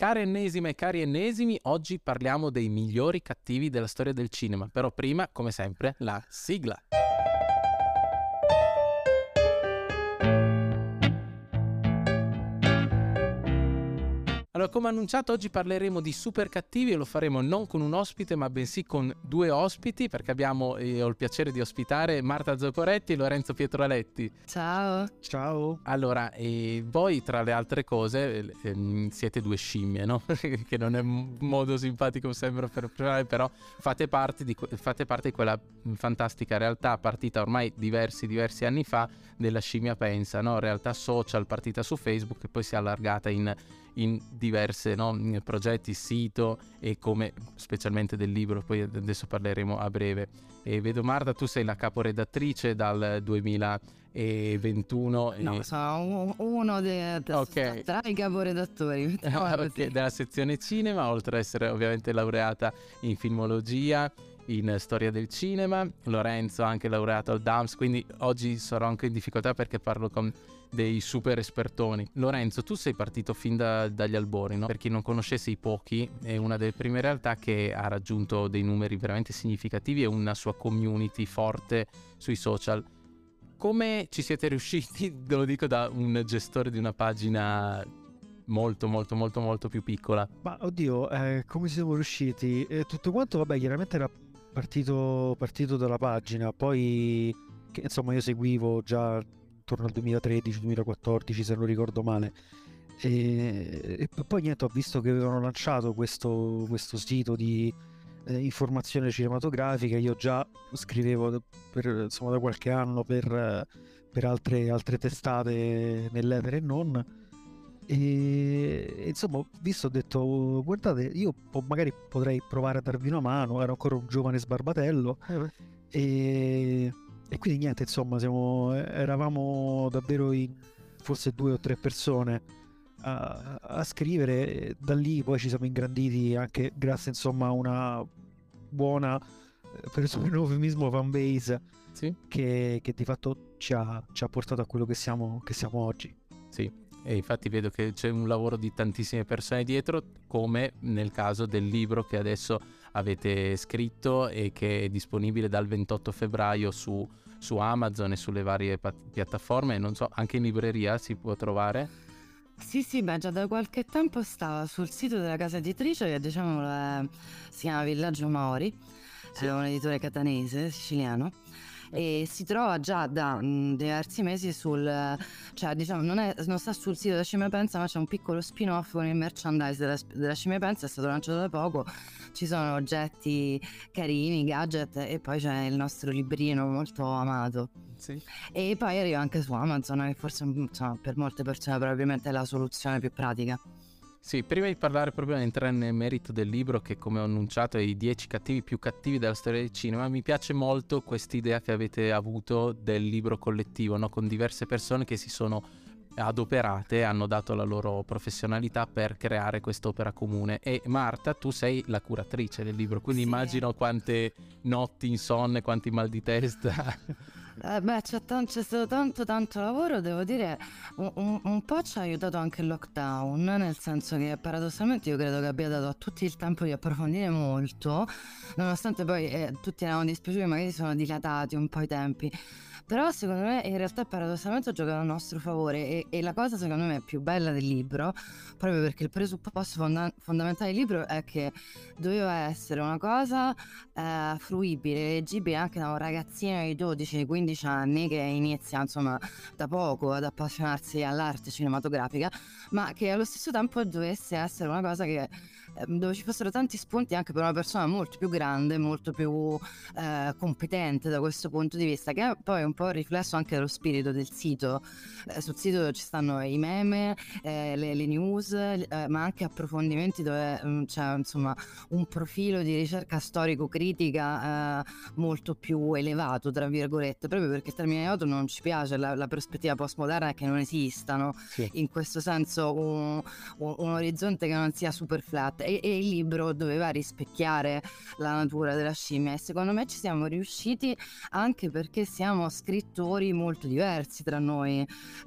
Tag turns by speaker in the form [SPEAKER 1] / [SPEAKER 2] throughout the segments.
[SPEAKER 1] Care ennesime e cari ennesimi, oggi parliamo dei migliori cattivi della storia del cinema, però prima, come sempre, la sigla. Allora, come annunciato, oggi parleremo di super cattivi e lo faremo non con un ospite, ma bensì con due ospiti, perché ho il piacere di ospitare Marta Zoccoretti e Lorenzo Pietroletti.
[SPEAKER 2] Ciao.
[SPEAKER 3] Ciao.
[SPEAKER 1] Allora, voi tra le altre cose siete due scimmie, no? Che non è un modo simpatico sembra per parlare, però fate parte di quella fantastica realtà partita ormai diversi anni fa della Scimmia Pensa, no? Realtà social partita su Facebook che poi si è allargata in diverse progetti, sito e come specialmente del libro, poi adesso parleremo a breve. E vedo Marta, tu sei la caporedattrice dal 2021.
[SPEAKER 2] No, sono uno tra i caporedattori.
[SPEAKER 1] Della sezione cinema, oltre ad essere ovviamente laureata in filmologia, in storia del cinema. Lorenzo anche laureato al DAMS, quindi oggi sarò anche in difficoltà perché parlo con dei super espertoni. Lorenzo, tu sei partito fin dagli albori, no? Per chi non conoscesse i pochi, è una delle prime realtà che ha raggiunto dei numeri veramente significativi e una sua community forte sui social. Come ci siete riusciti? Lo dico da un gestore di una pagina molto più piccola.
[SPEAKER 3] Ma oddio, come siamo riusciti? Tutto quanto, vabbè, chiaramente era partito dalla pagina, poi che, insomma, io seguivo già intorno al 2013-2014, se non ricordo male, e poi niente, ho visto che avevano lanciato questo sito di informazione cinematografica. Io già scrivevo da qualche anno per altre testate nell'etere e non. E insomma, ho visto, ho detto guardate, io magari potrei provare a darvi una mano. Ero ancora un giovane sbarbatello e quindi niente, insomma, eravamo davvero in forse 2 o 3 persone a scrivere. Da lì poi ci siamo ingranditi anche grazie, insomma, a una buona, per il eufemismo, fanbase, sì, che di fatto ci ha portato a quello che siamo oggi.
[SPEAKER 1] Sì. E infatti vedo che c'è un lavoro di tantissime persone dietro, come nel caso del libro che adesso avete scritto e che è disponibile dal 28 febbraio su Amazon e sulle varie piattaforme. Non so, anche in libreria si può trovare?
[SPEAKER 2] Sì, beh, già da qualche tempo stava sul sito della casa editrice che si chiama Villaggio Maori, sì. È un editore catanese, siciliano. E si trova già da diversi mesi non sta sul sito della Scimmia Pensa, ma c'è un piccolo spin-off con il merchandise della Scimmia Pensa. È stato lanciato da poco, ci sono oggetti carini, gadget, e poi c'è il nostro librino molto amato. Sì. E poi arriva anche su Amazon, che forse, insomma, per molte persone probabilmente è la soluzione più pratica.
[SPEAKER 1] Sì, prima di parlare proprio di entrare nel merito del libro, che come ho annunciato è i 10 cattivi più cattivi della storia del cinema, mi piace molto quest'idea che avete avuto del libro collettivo, no? Con diverse persone che si sono adoperate, hanno dato la loro professionalità per creare quest'opera comune. E Marta, tu sei la curatrice del libro, quindi sì, immagino quante notti insonne, quanti mal di testa.
[SPEAKER 2] C'è stato tanto lavoro, devo dire. Un po' ci ha aiutato anche il lockdown, nel senso che paradossalmente io credo che abbia dato a tutti il tempo di approfondire molto, nonostante poi tutti eravamo dispiaciuti, magari sono dilatati un po' i tempi. Però secondo me in realtà paradossalmente ha giocato a nostro favore, e la cosa secondo me più bella del libro, proprio perché il presupposto fondamentale del libro è che doveva essere una cosa fruibile, leggibile anche da un ragazzino di 12-15 anni che inizia, insomma, da poco ad appassionarsi all'arte cinematografica, ma che allo stesso tempo dovesse essere una cosa dove ci fossero tanti spunti anche per una persona molto più grande, molto più competente da questo punto di vista, che è poi un po' il riflesso anche dello spirito del sito. Sul sito ci stanno i meme, le news, ma anche approfondimenti dove c'è, insomma, un profilo di ricerca storico-critica molto più elevato, tra virgolette, proprio perché il termine auto non ci piace. La prospettiva postmoderna è che non esistano, sì, in questo senso un orizzonte che non sia super flat. e il libro doveva rispecchiare la natura della scimmia, e secondo me ci siamo riusciti anche perché siamo scrittori molto diversi tra noi.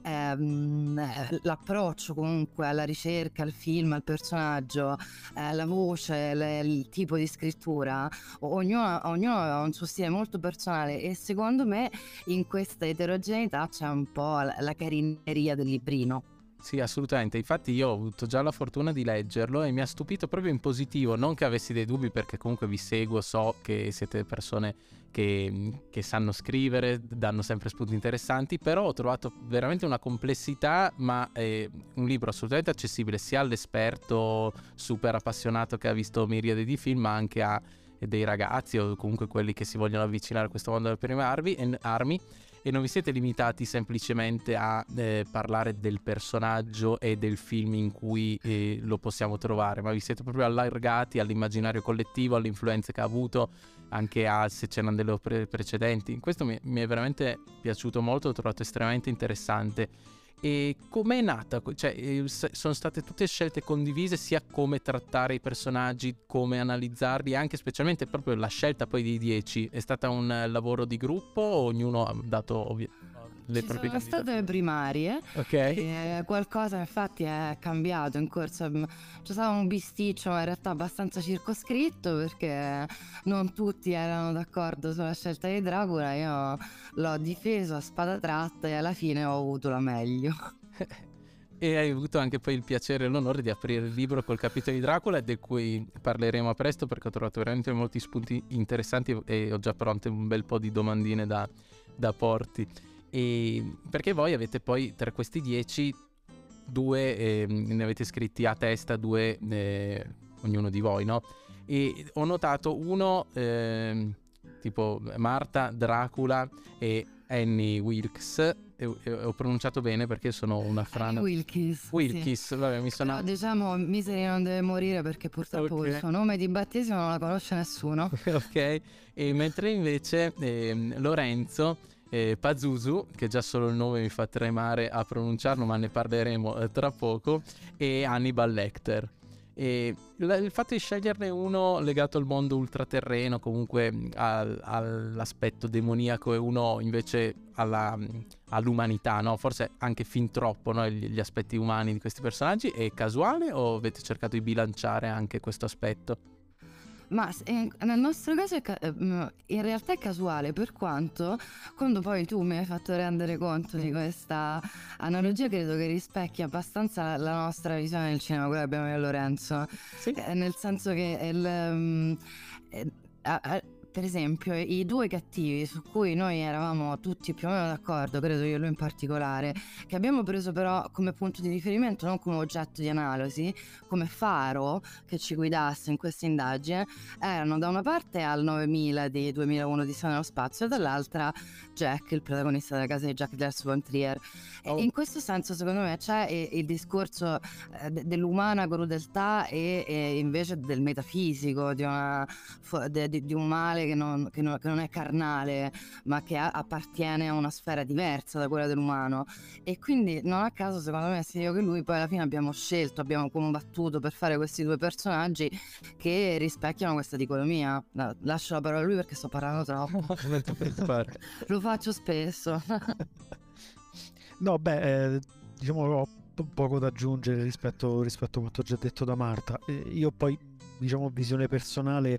[SPEAKER 2] L'approccio comunque alla ricerca, al film, al personaggio, la voce, il tipo di scrittura, ognuno aveva un suo stile molto personale, e secondo me in questa eterogeneità c'è un po' la carineria del librino.
[SPEAKER 1] Sì, assolutamente. Infatti io ho avuto già la fortuna di leggerlo e mi ha stupito proprio in positivo. Non che avessi dei dubbi, perché comunque vi seguo, so che siete persone che sanno scrivere, danno sempre spunti interessanti, però ho trovato veramente una complessità, ma un libro assolutamente accessibile sia all'esperto super appassionato che ha visto miriade di film, ma anche a dei ragazzi o comunque quelli che si vogliono avvicinare a questo mondo delle prime armi. E non vi siete limitati semplicemente a parlare del personaggio e del film in cui lo possiamo trovare, ma vi siete proprio allargati all'immaginario collettivo, alle influenze che ha avuto, anche a se c'erano delle opere precedenti. Questo mi è veramente piaciuto molto, l'ho trovato estremamente interessante. E com'è nata? Cioè, sono state tutte scelte condivise, sia come trattare i personaggi, come analizzarli, anche specialmente proprio la scelta poi dei 10. È stata un lavoro di gruppo o ognuno ha dato le
[SPEAKER 2] Ci
[SPEAKER 1] proprie
[SPEAKER 2] sono state le primarie,
[SPEAKER 1] Ok.
[SPEAKER 2] e qualcosa infatti è cambiato in corso. C'è stato un bisticcio, ma in realtà abbastanza circoscritto, perché non tutti erano d'accordo sulla scelta di Dracula. Io l'ho difeso a spada tratta e alla fine ho avuto la meglio.
[SPEAKER 1] E hai avuto anche poi il piacere e l'onore di aprire il libro col capitolo di Dracula, di cui parleremo a presto, perché ho trovato veramente molti spunti interessanti e ho già pronte un bel po' di domandine da porti. E perché voi avete poi tra questi 10 due ne avete scritti a testa, due ognuno di voi, no? E ho notato uno tipo Marta Dracula e Annie Wilkes, e ho pronunciato bene perché sono una frana.
[SPEAKER 2] Wilkes.
[SPEAKER 1] Wilkes,
[SPEAKER 2] Sì.
[SPEAKER 1] vabbè, mi
[SPEAKER 2] Però
[SPEAKER 1] sono
[SPEAKER 2] diciamo, Misery non deve morire, perché purtroppo
[SPEAKER 1] Ok.
[SPEAKER 2] il suo nome di battesimo non la conosce nessuno.
[SPEAKER 1] ok. E mentre invece Lorenzo Pazuzu, che già solo il nome mi fa tremare a pronunciarlo, ma ne parleremo tra poco, e Hannibal Lecter. E il fatto di sceglierne uno legato al mondo ultraterreno, comunque all'aspetto demoniaco, e uno invece all'umanità, no? Forse anche fin troppo, no? Gli aspetti umani di questi personaggi, è casuale o avete cercato di bilanciare anche questo aspetto?
[SPEAKER 2] Ma nel nostro caso in realtà è casuale, per quanto quando poi tu mi hai fatto rendere conto di questa analogia, credo che rispecchi abbastanza la nostra visione del cinema, quella che abbiamo io e Lorenzo.
[SPEAKER 1] Sì.
[SPEAKER 2] Nel senso che per esempio i due cattivi su cui noi eravamo tutti più o meno d'accordo, credo io e lui in particolare, che abbiamo preso però come punto di riferimento, non come oggetto di analisi, come faro che ci guidasse in questa indagine, erano da una parte Al 9000 di 2001 di Odissea nello spazio, e dall'altra Jack, il protagonista della casa di Jack Ders von Trier.
[SPEAKER 1] Oh.
[SPEAKER 2] E in questo senso secondo me c'è il discorso dell'umana crudeltà e invece del metafisico, di un male che non è carnale, ma che appartiene a una sfera diversa da quella dell'umano. E quindi non a caso, secondo me, sia io che lui poi alla fine abbiamo combattuto per fare questi due personaggi che rispecchiano questa dicotomia. Lascio la parola a lui perché sto parlando troppo. Lo faccio spesso.
[SPEAKER 3] No, diciamo ho poco da aggiungere rispetto a quanto già detto da Marta. Io poi, diciamo, visione personale,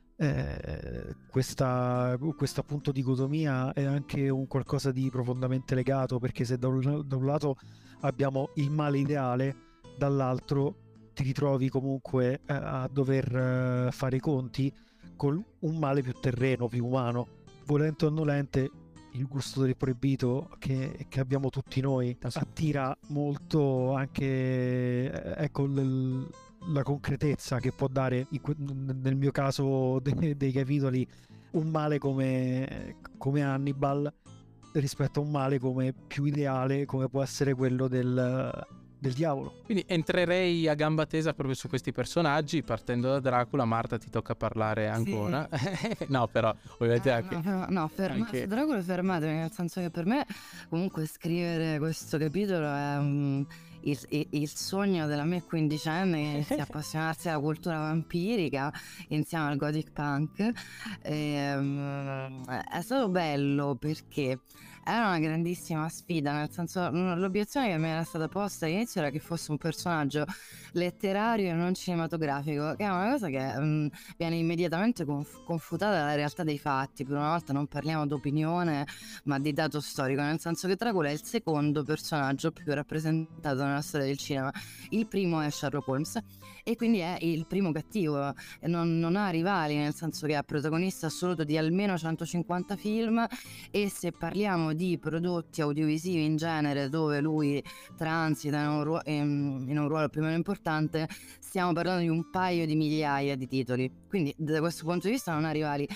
[SPEAKER 3] questa appunto dicotomia è anche un qualcosa di profondamente legato, perché se da un lato abbiamo il male ideale, dall'altro ti ritrovi comunque a dover fare i conti con un male più terreno, più umano. Volente o nolente, il gusto del proibito che abbiamo tutti noi attira molto anche la concretezza che può dare, nel mio caso dei capitoli, un male come Hannibal rispetto a un male come più ideale, come può essere quello del diavolo.
[SPEAKER 1] Quindi entrerei a gamba tesa proprio su questi personaggi, partendo da Dracula. Marta, ti tocca parlare ancora. Sì. No, però ovviamente anche...
[SPEAKER 2] Anche... Dracula, fermatevi, nel senso che per me comunque scrivere questo capitolo è il sogno della me quindicenne che inizia a appassionarsi alla cultura vampirica insieme al gothic punk. È stato bello perché era una grandissima sfida, nel senso, l'obiezione che mi era stata posta all'inizio era che fosse un personaggio letterario e non cinematografico, che è una cosa che viene immediatamente confutata dalla realtà dei fatti. Per una volta non parliamo d'opinione ma di dato storico, nel senso che Dracula è il secondo personaggio più rappresentato nella storia del cinema. Il primo è Sherlock Holmes e quindi è il primo cattivo, non ha rivali, nel senso che è protagonista assoluto di almeno 150 film, e se parliamo di prodotti audiovisivi in genere dove lui transita in un ruolo più o meno importante, stiamo parlando di un paio di migliaia di titoli, quindi da questo punto di vista non ha rivali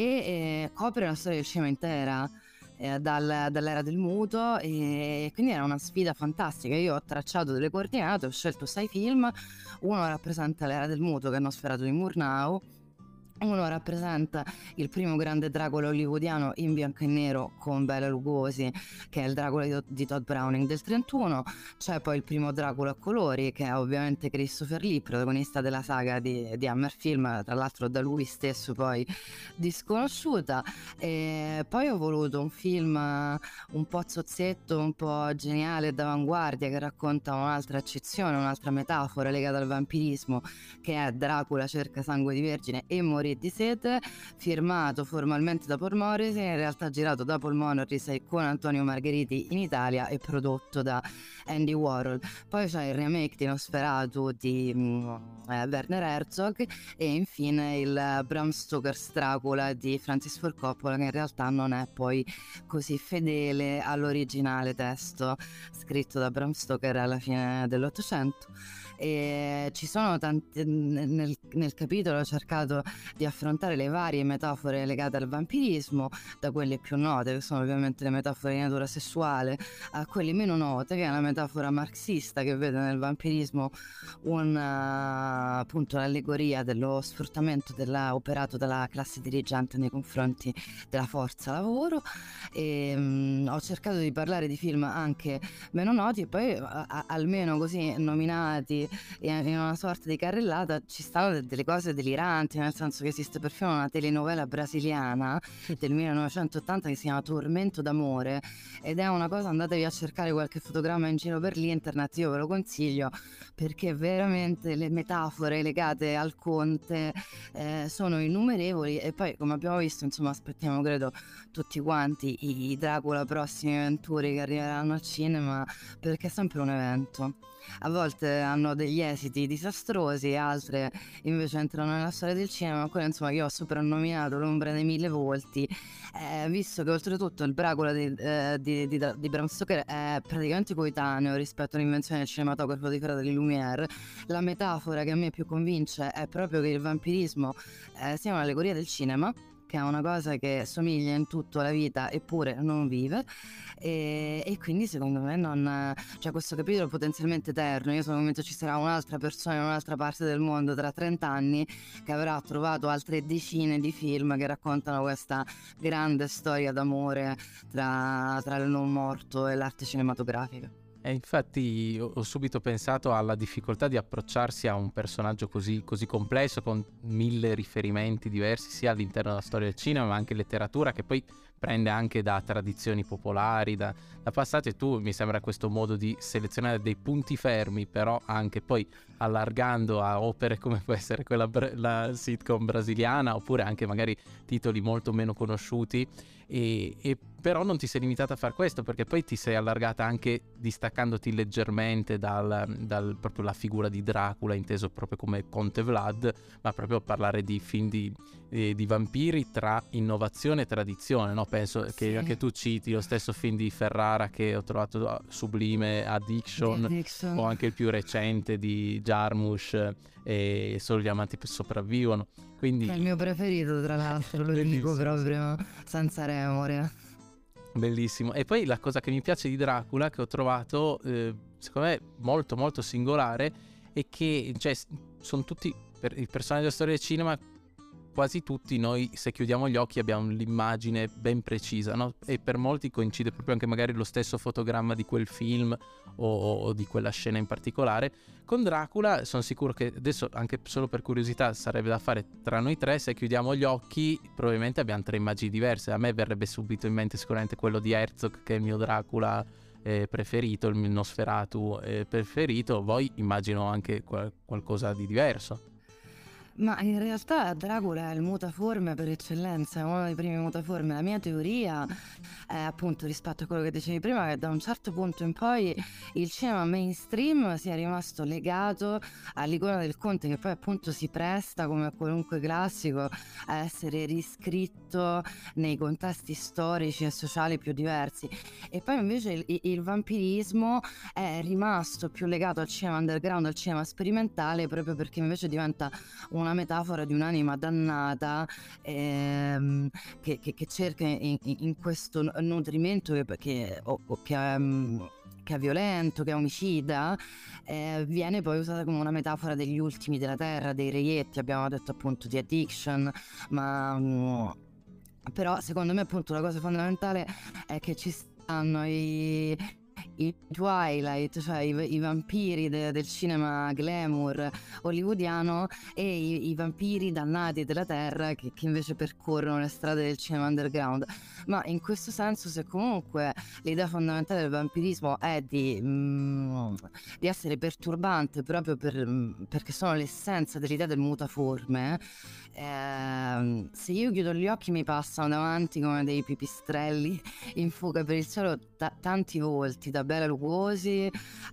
[SPEAKER 2] e copre la storia del cinema intera. Dall'era del muto, e quindi era una sfida fantastica. Io ho tracciato delle coordinate, ho scelto 6 film. Uno rappresenta l'era del muto, che è Nosferatu di Murnau. Uno rappresenta il primo grande Dracula hollywoodiano in bianco e nero con Bela Lugosi, che è il Dracula di Todd Browning del 31. C'è poi il primo Dracula a colori, che è ovviamente Christopher Lee, protagonista della saga di Hammer Film, tra l'altro da lui stesso poi disconosciuta. E poi ho voluto un film un po' zozzetto, un po' geniale, d'avanguardia, che racconta un'altra accezione, un'altra metafora legata al vampirismo, che è Dracula cerca sangue di vergine e morì di sete, firmato formalmente da Paul Morrissey, in realtà girato da Paul Morrissey con Antonio Margheriti in Italia e prodotto da Andy Warhol. Poi c'è il remake di Nosferatu di Werner Herzog, e infine il Bram Stoker's Dracula di Francis Ford Coppola, che in realtà non è poi così fedele all'originale testo scritto da Bram Stoker alla fine dell'Ottocento. E ci sono tanti, nel capitolo ho cercato di affrontare le varie metafore legate al vampirismo, da quelle più note, che sono ovviamente le metafore di natura sessuale, a quelle meno note, che è la metafora marxista, che vede nel vampirismo appunto l'allegoria dello sfruttamento operato dalla classe dirigente nei confronti della forza lavoro. E ho cercato di parlare di film anche meno noti, e poi almeno così nominati in una sorta di carrellata ci stanno delle cose deliranti, nel senso che esiste perfino una telenovela brasiliana del 1980 che si chiama Tormento d'amore, ed è una cosa, andatevi a cercare qualche fotogramma in giro per l'internet, io ve lo consiglio, perché veramente le metafore legate al conte sono innumerevoli. E poi, come abbiamo visto, insomma, aspettiamo credo tutti quanti i Dracula prossimi avventure che arriveranno al cinema, perché è sempre un evento. A volte hanno degli esiti disastrosi, altre invece entrano nella storia del cinema. Quello, insomma, che io ho soprannominato l'ombra dei mille volti, visto che oltretutto il Dracula di Bram Stoker è praticamente coetaneo rispetto all'invenzione del cinematografo di Fratelli Lumière. La metafora che a me più convince è proprio che il vampirismo sia un'allegoria del cinema, che è una cosa che somiglia in tutto alla vita eppure non vive, e quindi secondo me c'è questo capitolo potenzialmente eterno. Io sono convinto ci sarà un'altra persona in un'altra parte del mondo tra 30 anni che avrà trovato altre decine di film che raccontano questa grande storia d'amore tra il non morto e l'arte cinematografica.
[SPEAKER 1] E infatti ho subito pensato alla difficoltà di approcciarsi a un personaggio così complesso, con 1000 riferimenti diversi sia all'interno della storia del cinema ma anche letteratura, che poi prende anche da tradizioni popolari, da passato, e tu mi sembra questo modo di selezionare dei punti fermi, però anche poi allargando a opere come può essere la sitcom brasiliana, oppure anche magari titoli molto meno conosciuti, e però non ti sei limitata a far questo, perché poi ti sei allargata anche distaccandoti leggermente dal proprio la figura di Dracula inteso proprio come Conte Vlad, ma proprio a parlare di film di vampiri tra innovazione e tradizione, no? Penso che anche tu citi lo stesso film di Ferrara che ho trovato sublime, Addiction. O anche il più recente di Jarmusch, e Solo gli amanti sopravvivono. Quindi
[SPEAKER 2] è il mio preferito, tra l'altro, lo dico proprio senza remore.
[SPEAKER 1] Bellissimo. E poi la cosa che mi piace di Dracula, che ho trovato secondo me molto molto singolare, è che sono tutti i personaggi della storia del cinema quasi tutti noi, se chiudiamo gli occhi, abbiamo l'immagine ben precisa, no? E per molti coincide proprio anche magari lo stesso fotogramma di quel film o di quella scena in particolare. Con Dracula sono sicuro che adesso, anche solo per curiosità, sarebbe da fare tra noi tre. Se chiudiamo gli occhi probabilmente abbiamo tre immagini diverse. A me verrebbe subito in mente sicuramente quello di Herzog, che è il mio Dracula preferito, il mio Nosferatu preferito. Voi immagino anche qualcosa di diverso.
[SPEAKER 2] Ma in realtà Dracula è il mutaforme per eccellenza, è uno dei primi mutaforme. La mia teoria è appunto, rispetto a quello che dicevi prima, che da un certo punto in poi il cinema mainstream sia rimasto legato all'icona del conte, che poi appunto si presta, come qualunque classico, a essere riscritto nei contesti storici e sociali più diversi. E poi invece il vampirismo è rimasto più legato al cinema underground, al cinema sperimentale, proprio perché invece diventa una metafora di un'anima dannata che cerca in questo nutrimento che è violento, che è omicida, viene poi usata come una metafora degli ultimi della terra, dei reietti. Abbiamo detto appunto di Addiction, ma però secondo me appunto la cosa fondamentale è che ci stanno i Twilight, cioè i vampiri del cinema glamour hollywoodiano, e i vampiri dannati della terra che invece percorrono le strade del cinema underground. Ma in questo senso, se comunque l'idea fondamentale del vampirismo è di essere perturbante proprio perché sono l'essenza dell'idea del mutaforme, se io chiudo gli occhi mi passano davanti come dei pipistrelli in fuga per il cielo tanti volti, da Bela Lugosi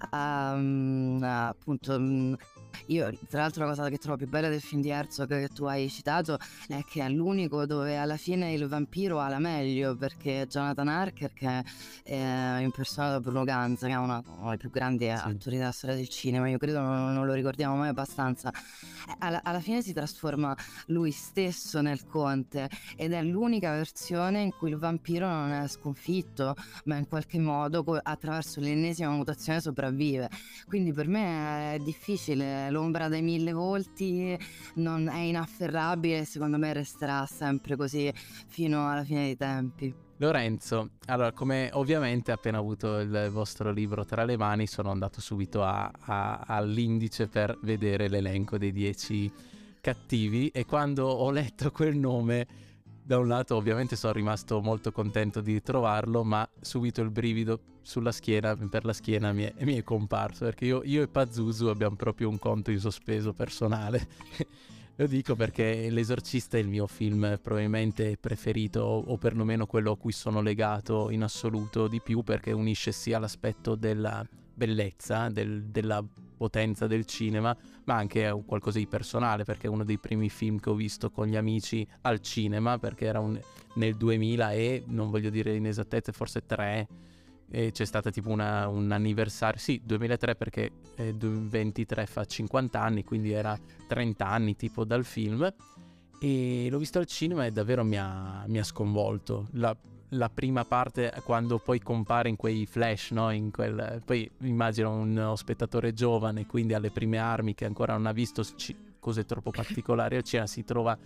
[SPEAKER 2] a appunto io tra l'altro la cosa che trovo più bella del film di Herzog che tu hai citato è che è l'unico dove alla fine il vampiro ha la meglio, perché Jonathan Harker, che è impersonato da Bruno Ganz, che è uno dei più grandi attori della storia del cinema, io credo non lo ricordiamo mai abbastanza, alla fine si trasforma lui stesso nel conte, ed è l'unica versione in cui il vampiro non è sconfitto, ma in qualche modo attraverso l'ennesima mutazione sopravvive. Quindi per me è difficile, l'ombra dai mille volti non è inafferrabile, secondo me resterà sempre così fino alla fine dei tempi.
[SPEAKER 1] Lorenzo, allora, come ovviamente appena avuto il vostro libro tra le mani, sono andato subito all'indice per vedere l'elenco dei 10 cattivi, e quando ho letto quel nome, da un lato ovviamente sono rimasto molto contento di trovarlo, ma subito il brivido sulla schiena, per la schiena mi è comparso, perché io e Pazuzu abbiamo proprio un conto in sospeso personale. Lo dico perché L'Esorcista è il mio film probabilmente preferito, o perlomeno quello a cui sono legato in assoluto di più, perché unisce sia l'aspetto della bellezza, della potenza del cinema, ma anche qualcosa di personale, perché è uno dei primi film che ho visto con gli amici al cinema, perché era nel 2000 e non voglio dire in esattezza, forse 3, e c'è stata tipo un anniversario, sì, 2003, perché 23 fa 50 anni, quindi era 30 anni tipo dal film, e l'ho visto al cinema e davvero mi ha sconvolto. La prima parte, quando poi compare in quei flash, no? Poi immagino uno spettatore giovane, quindi alle prime armi, che ancora non ha visto cose troppo particolari al cinema, si trova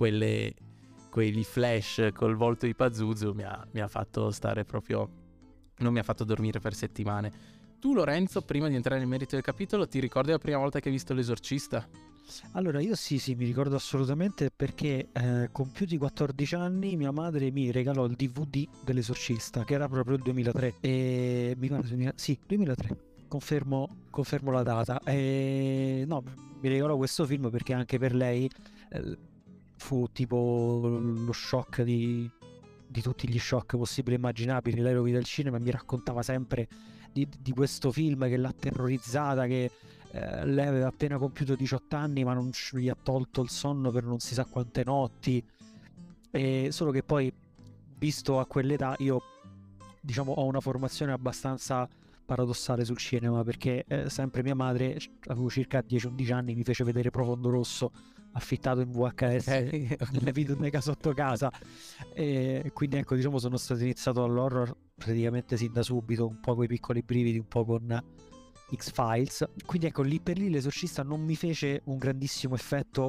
[SPEAKER 1] quegli flash col volto di Pazuzu, mi ha fatto stare proprio, non mi ha fatto dormire per settimane. Tu, Lorenzo, prima di entrare nel merito del capitolo, ti ricordi la prima volta che hai visto L'Esorcista?
[SPEAKER 3] Allora, io sì, mi ricordo assolutamente, perché con più di 14 anni mia madre mi regalò il DVD dell'Esorcista, che era proprio il 2003. E mi pare, sì, 2003. Confermo la data. No, mi regalò questo film perché anche per lei fu tipo lo shock di tutti gli shock possibili e immaginabili. Lei lo vide al cinema e mi raccontava sempre di questo film che l'ha terrorizzata, che lei aveva appena compiuto 18 anni ma non gli ha tolto il sonno per non si sa quante notti, solo che poi, visto a quell'età, io diciamo ho una formazione abbastanza paradossale sul cinema, perché sempre mia madre, avevo circa 10-11 anni, mi fece vedere Profondo Rosso affittato in VHS nella videoteca sotto casa, e quindi ecco, diciamo, sono stato iniziato all'horror praticamente sin da subito, un po' con i piccoli brividi, un po' con X-Files. Quindi ecco, lì per lì L'Esorcista non mi fece un grandissimo effetto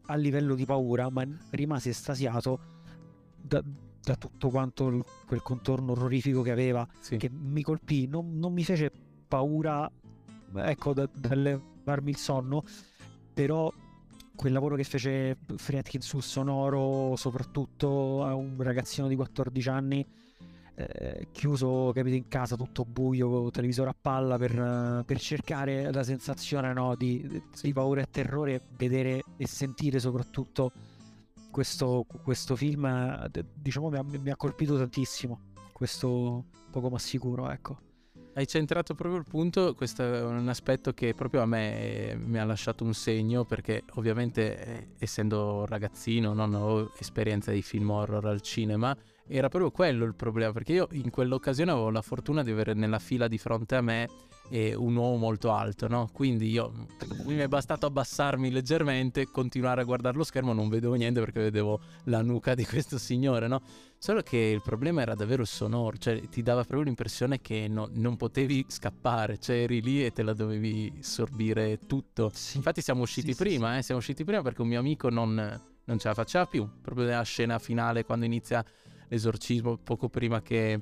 [SPEAKER 3] a livello di paura, ma rimasi estasiato da tutto quanto quel contorno orrorifico che aveva,
[SPEAKER 1] Sì.
[SPEAKER 3] che mi colpì, non mi fece paura, ecco, da levarmi il sonno, però quel lavoro che fece Friedkin sul sonoro, soprattutto a un ragazzino di 14 anni, chiuso, capito, in casa, tutto buio, con televisore a palla, per cercare la sensazione, no, di paura e terrore, vedere e sentire soprattutto questo film, diciamo, mi ha colpito tantissimo, questo poco ma sicuro, ecco.
[SPEAKER 1] Hai centrato proprio il punto, questo è un aspetto che proprio a me mi ha lasciato un segno, perché ovviamente essendo ragazzino non avevo esperienza di film horror al cinema, era proprio quello il problema, perché io in quell'occasione avevo la fortuna di avere nella fila di fronte a me un uomo molto alto, no? Quindi mi è bastato abbassarmi leggermente, continuare a guardare lo schermo, non vedevo niente perché vedevo la nuca di questo signore, no? Solo che il problema era davvero il sonoro, cioè ti dava proprio l'impressione che non potevi scappare, cioè eri lì e te la dovevi sorbire tutto.
[SPEAKER 3] Sì.
[SPEAKER 1] Infatti siamo usciti prima, siamo usciti prima perché un mio amico non ce la faceva più, proprio nella scena finale quando inizia l'esorcismo, poco prima che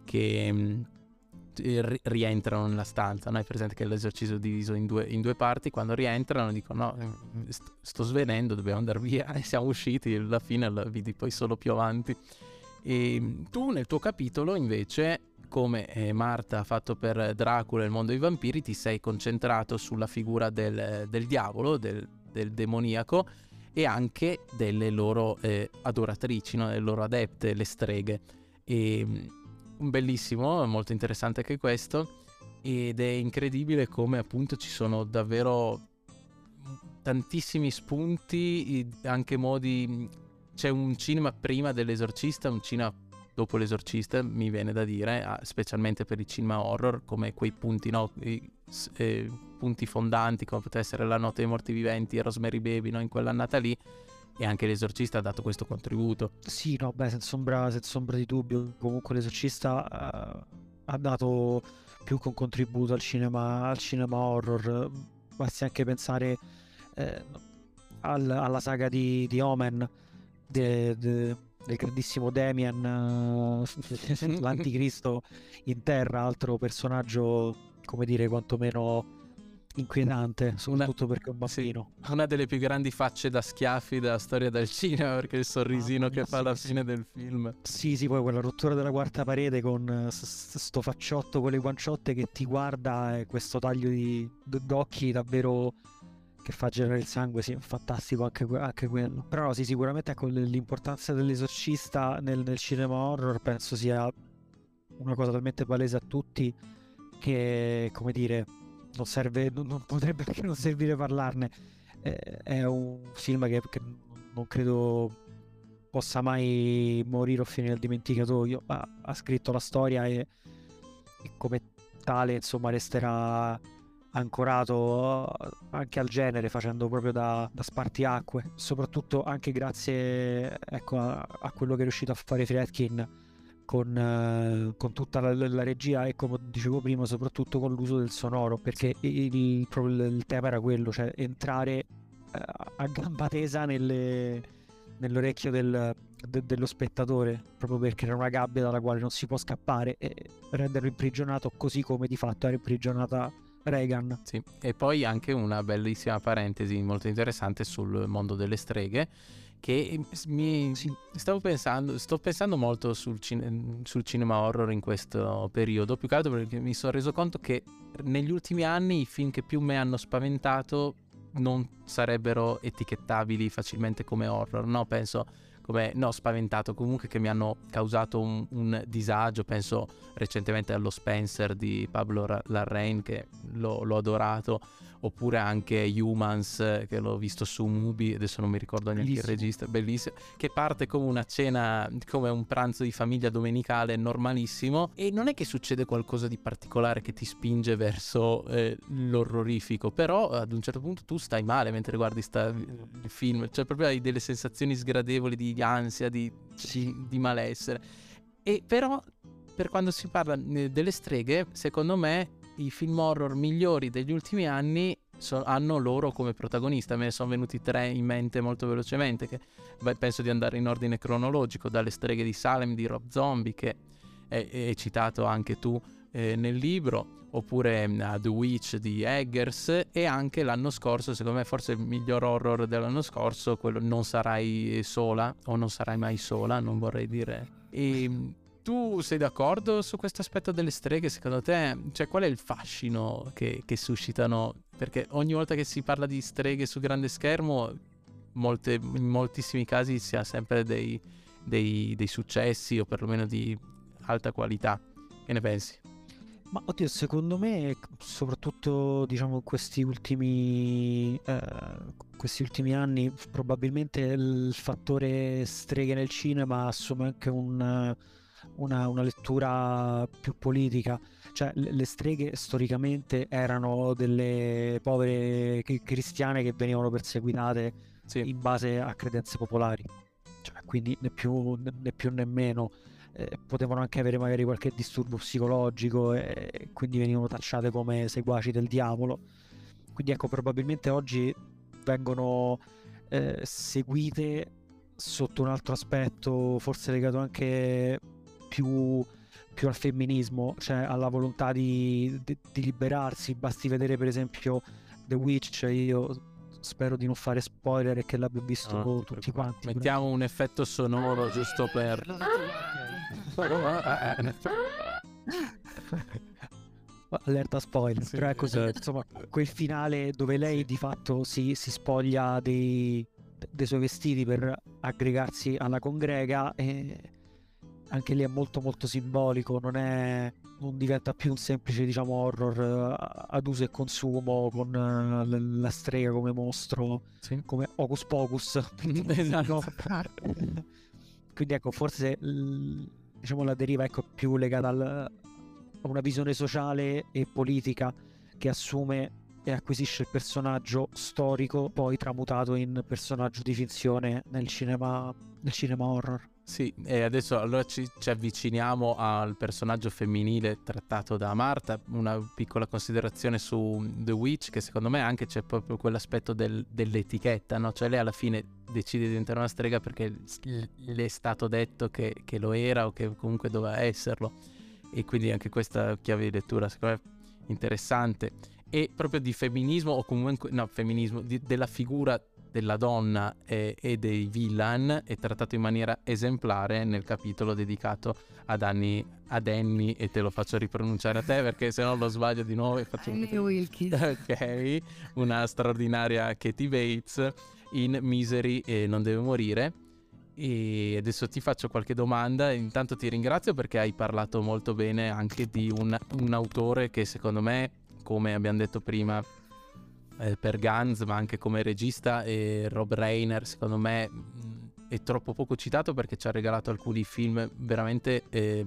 [SPEAKER 1] rientrano nella stanza, no? Hai presente che l'esorcismo è diviso in due parti, quando rientrano dicono no, sto svenendo, dobbiamo andare via, e siamo usciti, alla fine la vidi poi solo più avanti. E tu nel tuo capitolo invece, come Marta ha fatto per Dracula e il mondo dei vampiri, ti sei concentrato sulla figura del diavolo, del demoniaco, e anche delle loro adoratrici, no? Delle loro adepte, le streghe. E bellissimo, molto interessante anche questo, ed è incredibile come appunto ci sono davvero tantissimi spunti, anche modi. C'è un cinema prima dell'esorcista, un cinema dopo l'esorcista, mi viene da dire, specialmente per il cinema horror, come quei punti, no? Punti fondanti come poteva essere La notte dei morti viventi e Rosemary Baby, no? In quell'annata lì, e anche l'esorcista ha dato questo contributo.
[SPEAKER 3] Sì, no, beh, senza ombra di dubbio, comunque l'esorcista ha dato più che un contributo al cinema horror. Basti anche pensare alla saga di Omen, del grandissimo Damien, l'anticristo in terra, altro personaggio, come dire, quantomeno inquietante, soprattutto perché è un bambino.
[SPEAKER 1] Sì, una delle più grandi facce da schiaffi della storia del cinema, perché il sorrisino che fa alla fine del film.
[SPEAKER 3] Sì, poi quella rottura della quarta parete con sto facciotto con le guanciotte che ti guarda, e questo taglio d'occhi davvero che fa gelare il sangue, sì, fantastico anche quello. Però sì, sicuramente, ecco, l'importanza dell'esorcista nel cinema horror penso sia una cosa talmente palese a tutti che, come dire, non potrebbe che non servire parlarne. È un film che non credo possa mai morire o finire nel dimenticatoio. Ha scritto la storia e come tale, insomma, resterà ancorato anche al genere, facendo proprio da spartiacque, soprattutto anche grazie, ecco, a quello che è riuscito a fare Friedkin con tutta la regia, e come dicevo prima soprattutto con l'uso del sonoro, perché il tema era quello, cioè entrare a gamba tesa nell'orecchio dello spettatore, proprio perché era una gabbia dalla quale non si può scappare, e renderlo imprigionato, così come di fatto era imprigionata Regan.
[SPEAKER 1] Sì, e poi anche una bellissima parentesi molto interessante sul mondo delle streghe, che sto pensando molto sul cinema horror in questo periodo, più che altro perché mi sono reso conto che negli ultimi anni i film che più mi hanno spaventato non sarebbero etichettabili facilmente come horror, no? Penso spaventato, comunque che mi hanno causato un disagio. Penso recentemente allo Spencer di Pablo Larraín, che l'ho adorato, oppure anche Humans, che l'ho visto su Mubi, adesso non mi ricordo neanche il regista, bellissimo, che parte come una cena, come un pranzo di famiglia domenicale normalissimo, e non è che succede qualcosa di particolare che ti spinge verso l'orrorifico, però ad un certo punto tu stai male mentre guardi il film, cioè proprio hai delle sensazioni sgradevoli di ansia, di malessere. E però per quando si parla delle streghe, secondo me i film horror migliori degli ultimi anni hanno loro come protagonista. Me ne sono venuti 3 in mente molto velocemente, che penso di andare in ordine cronologico: dalle streghe di Salem di Rob Zombie, che è citato anche tu nel libro, oppure a The Witch di Eggers, e anche l'anno scorso, secondo me forse il miglior horror dell'anno scorso, quello Non sarai sola, o Non sarai mai sola, non vorrei dire. E tu sei d'accordo su questo aspetto delle streghe? Secondo te, cioè, qual è il fascino che suscitano? Perché ogni volta che si parla di streghe su grande schermo, in moltissimi casi si ha sempre dei successi, o perlomeno di alta qualità. Che ne pensi?
[SPEAKER 3] Ma oddio, secondo me, soprattutto diciamo questi ultimi anni, probabilmente il fattore streghe nel cinema assume anche una lettura più politica. Cioè, le streghe storicamente erano delle povere cristiane che venivano perseguitate in base a credenze popolari, cioè, quindi né più né meno. Potevano anche avere magari qualche disturbo psicologico e quindi venivano tacciate come seguaci del diavolo. Quindi ecco, probabilmente oggi vengono seguite sotto un altro aspetto, forse legato anche più al femminismo, cioè alla volontà di liberarsi. Basti vedere per esempio The Witch. Io spero di non fare spoiler e che l'abbia visto tutti quanti.
[SPEAKER 1] Mettiamo un effetto sonoro giusto per...
[SPEAKER 3] Allerta spoiler, sì. Però è così, insomma, quel finale dove lei di fatto si spoglia dei suoi vestiti per aggregarsi alla congrega, e anche lì è molto molto simbolico, non diventa più un semplice, diciamo, horror ad uso e consumo con la strega come mostro, sì, come Hocus Pocus. Esatto. Quindi ecco, forse diciamo la deriva, ecco, più legata a una visione sociale e politica che assume e acquisisce il personaggio storico, poi tramutato in personaggio di finzione nel cinema horror.
[SPEAKER 1] Sì, e adesso allora ci avviciniamo al personaggio femminile trattato da Marta. Una piccola considerazione su The Witch, che secondo me anche c'è proprio quell'aspetto dell'etichetta, no? Cioè lei alla fine decide di diventare una strega perché le è stato detto che lo era, o che comunque doveva esserlo, e quindi anche questa chiave di lettura secondo me interessante. E proprio di femminismo, o comunque no, femminismo, della figura della donna e dei villain è trattato in maniera esemplare nel capitolo dedicato ad Annie, e te lo faccio ripronunciare a te perché se no lo sbaglio di nuovo e faccio
[SPEAKER 2] Annie Wilkes.
[SPEAKER 1] Ok, una straordinaria Katie Bates in Misery e Non deve morire. E adesso ti faccio qualche domanda. Intanto ti ringrazio perché hai parlato molto bene anche di un autore che secondo me, come abbiamo detto prima, per Guns, ma anche come regista, Rob Reiner secondo me è troppo poco citato perché ci ha regalato alcuni film veramente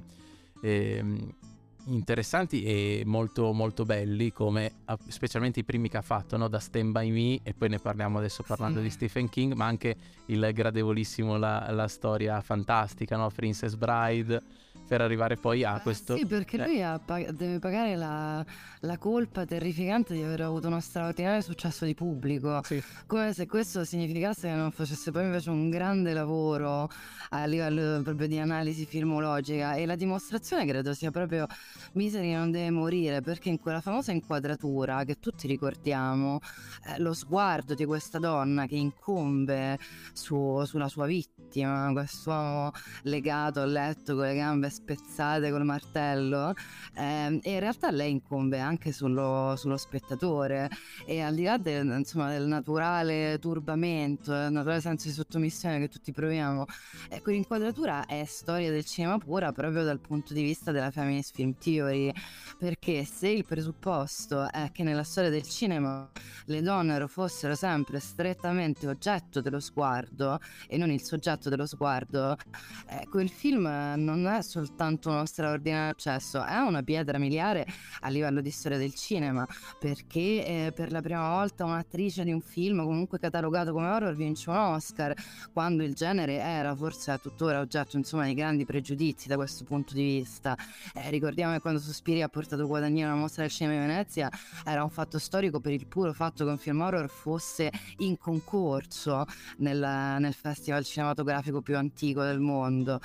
[SPEAKER 1] interessanti e molto molto belli, come specialmente i primi che ha fatto, no? Da Stand By Me, e poi ne parliamo adesso parlando di Stephen King, ma anche il gradevolissimo la storia fantastica, no? Princess Bride, per arrivare poi a questo...
[SPEAKER 2] Sì, perché lui deve pagare la colpa terrificante di aver avuto uno straordinario successo di pubblico, sì, come se questo significasse che non facesse poi invece un grande lavoro a livello proprio di analisi filmologica. E la dimostrazione credo sia proprio Misery Non deve morire, perché in quella famosa inquadratura che tutti ricordiamo, lo sguardo di questa donna che incombe sulla sua vittima, quest'uomo legato al letto con le gambe spezzate col martello, e in realtà lei incombe anche sullo spettatore, e al di là del naturale turbamento, del naturale senso di sottomissione che tutti proviamo, quell'inquadratura è storia del cinema pura, proprio dal punto di vista della feminist film theory, perché se il presupposto è che nella storia del cinema le donne fossero sempre strettamente oggetto dello sguardo e non il soggetto dello sguardo, quel film non è soltanto soltanto uno straordinario accesso, è una pietra miliare a livello di storia del cinema, perché per la prima volta un'attrice di un film comunque catalogato come horror vince un Oscar, quando il genere era, forse è tuttora oggetto insomma di grandi pregiudizi da questo punto di vista. Ricordiamo che quando Suspiria ha portato Guadagnino alla mostra del cinema di Venezia era un fatto storico per il puro fatto che un film horror fosse in concorso nel festival cinematografico più antico del mondo,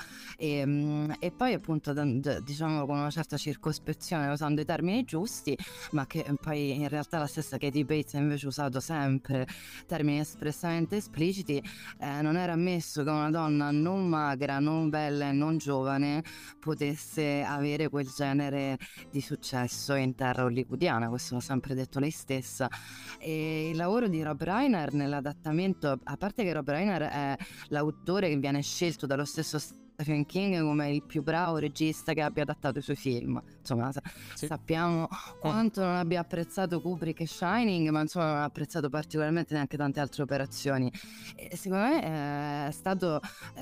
[SPEAKER 2] e poi appunto diciamo con una certa circospezione, usando i termini giusti, ma che poi in realtà la stessa Katie Bates ha invece usato sempre termini espressamente espliciti. Non era ammesso che una donna non magra, non bella e non giovane potesse avere quel genere di successo in terra hollywoodiana, questo l'ha sempre detto lei stessa. E il lavoro di Rob Reiner nell'adattamento, a parte che Rob Reiner è l'autore che viene scelto dallo stesso Stephen King come il più bravo regista che abbia adattato i suoi film, insomma
[SPEAKER 1] Sì.
[SPEAKER 2] sappiamo quanto non abbia apprezzato Kubrick e Shining, ma insomma non ha apprezzato particolarmente neanche tante altre operazioni, e secondo me è stato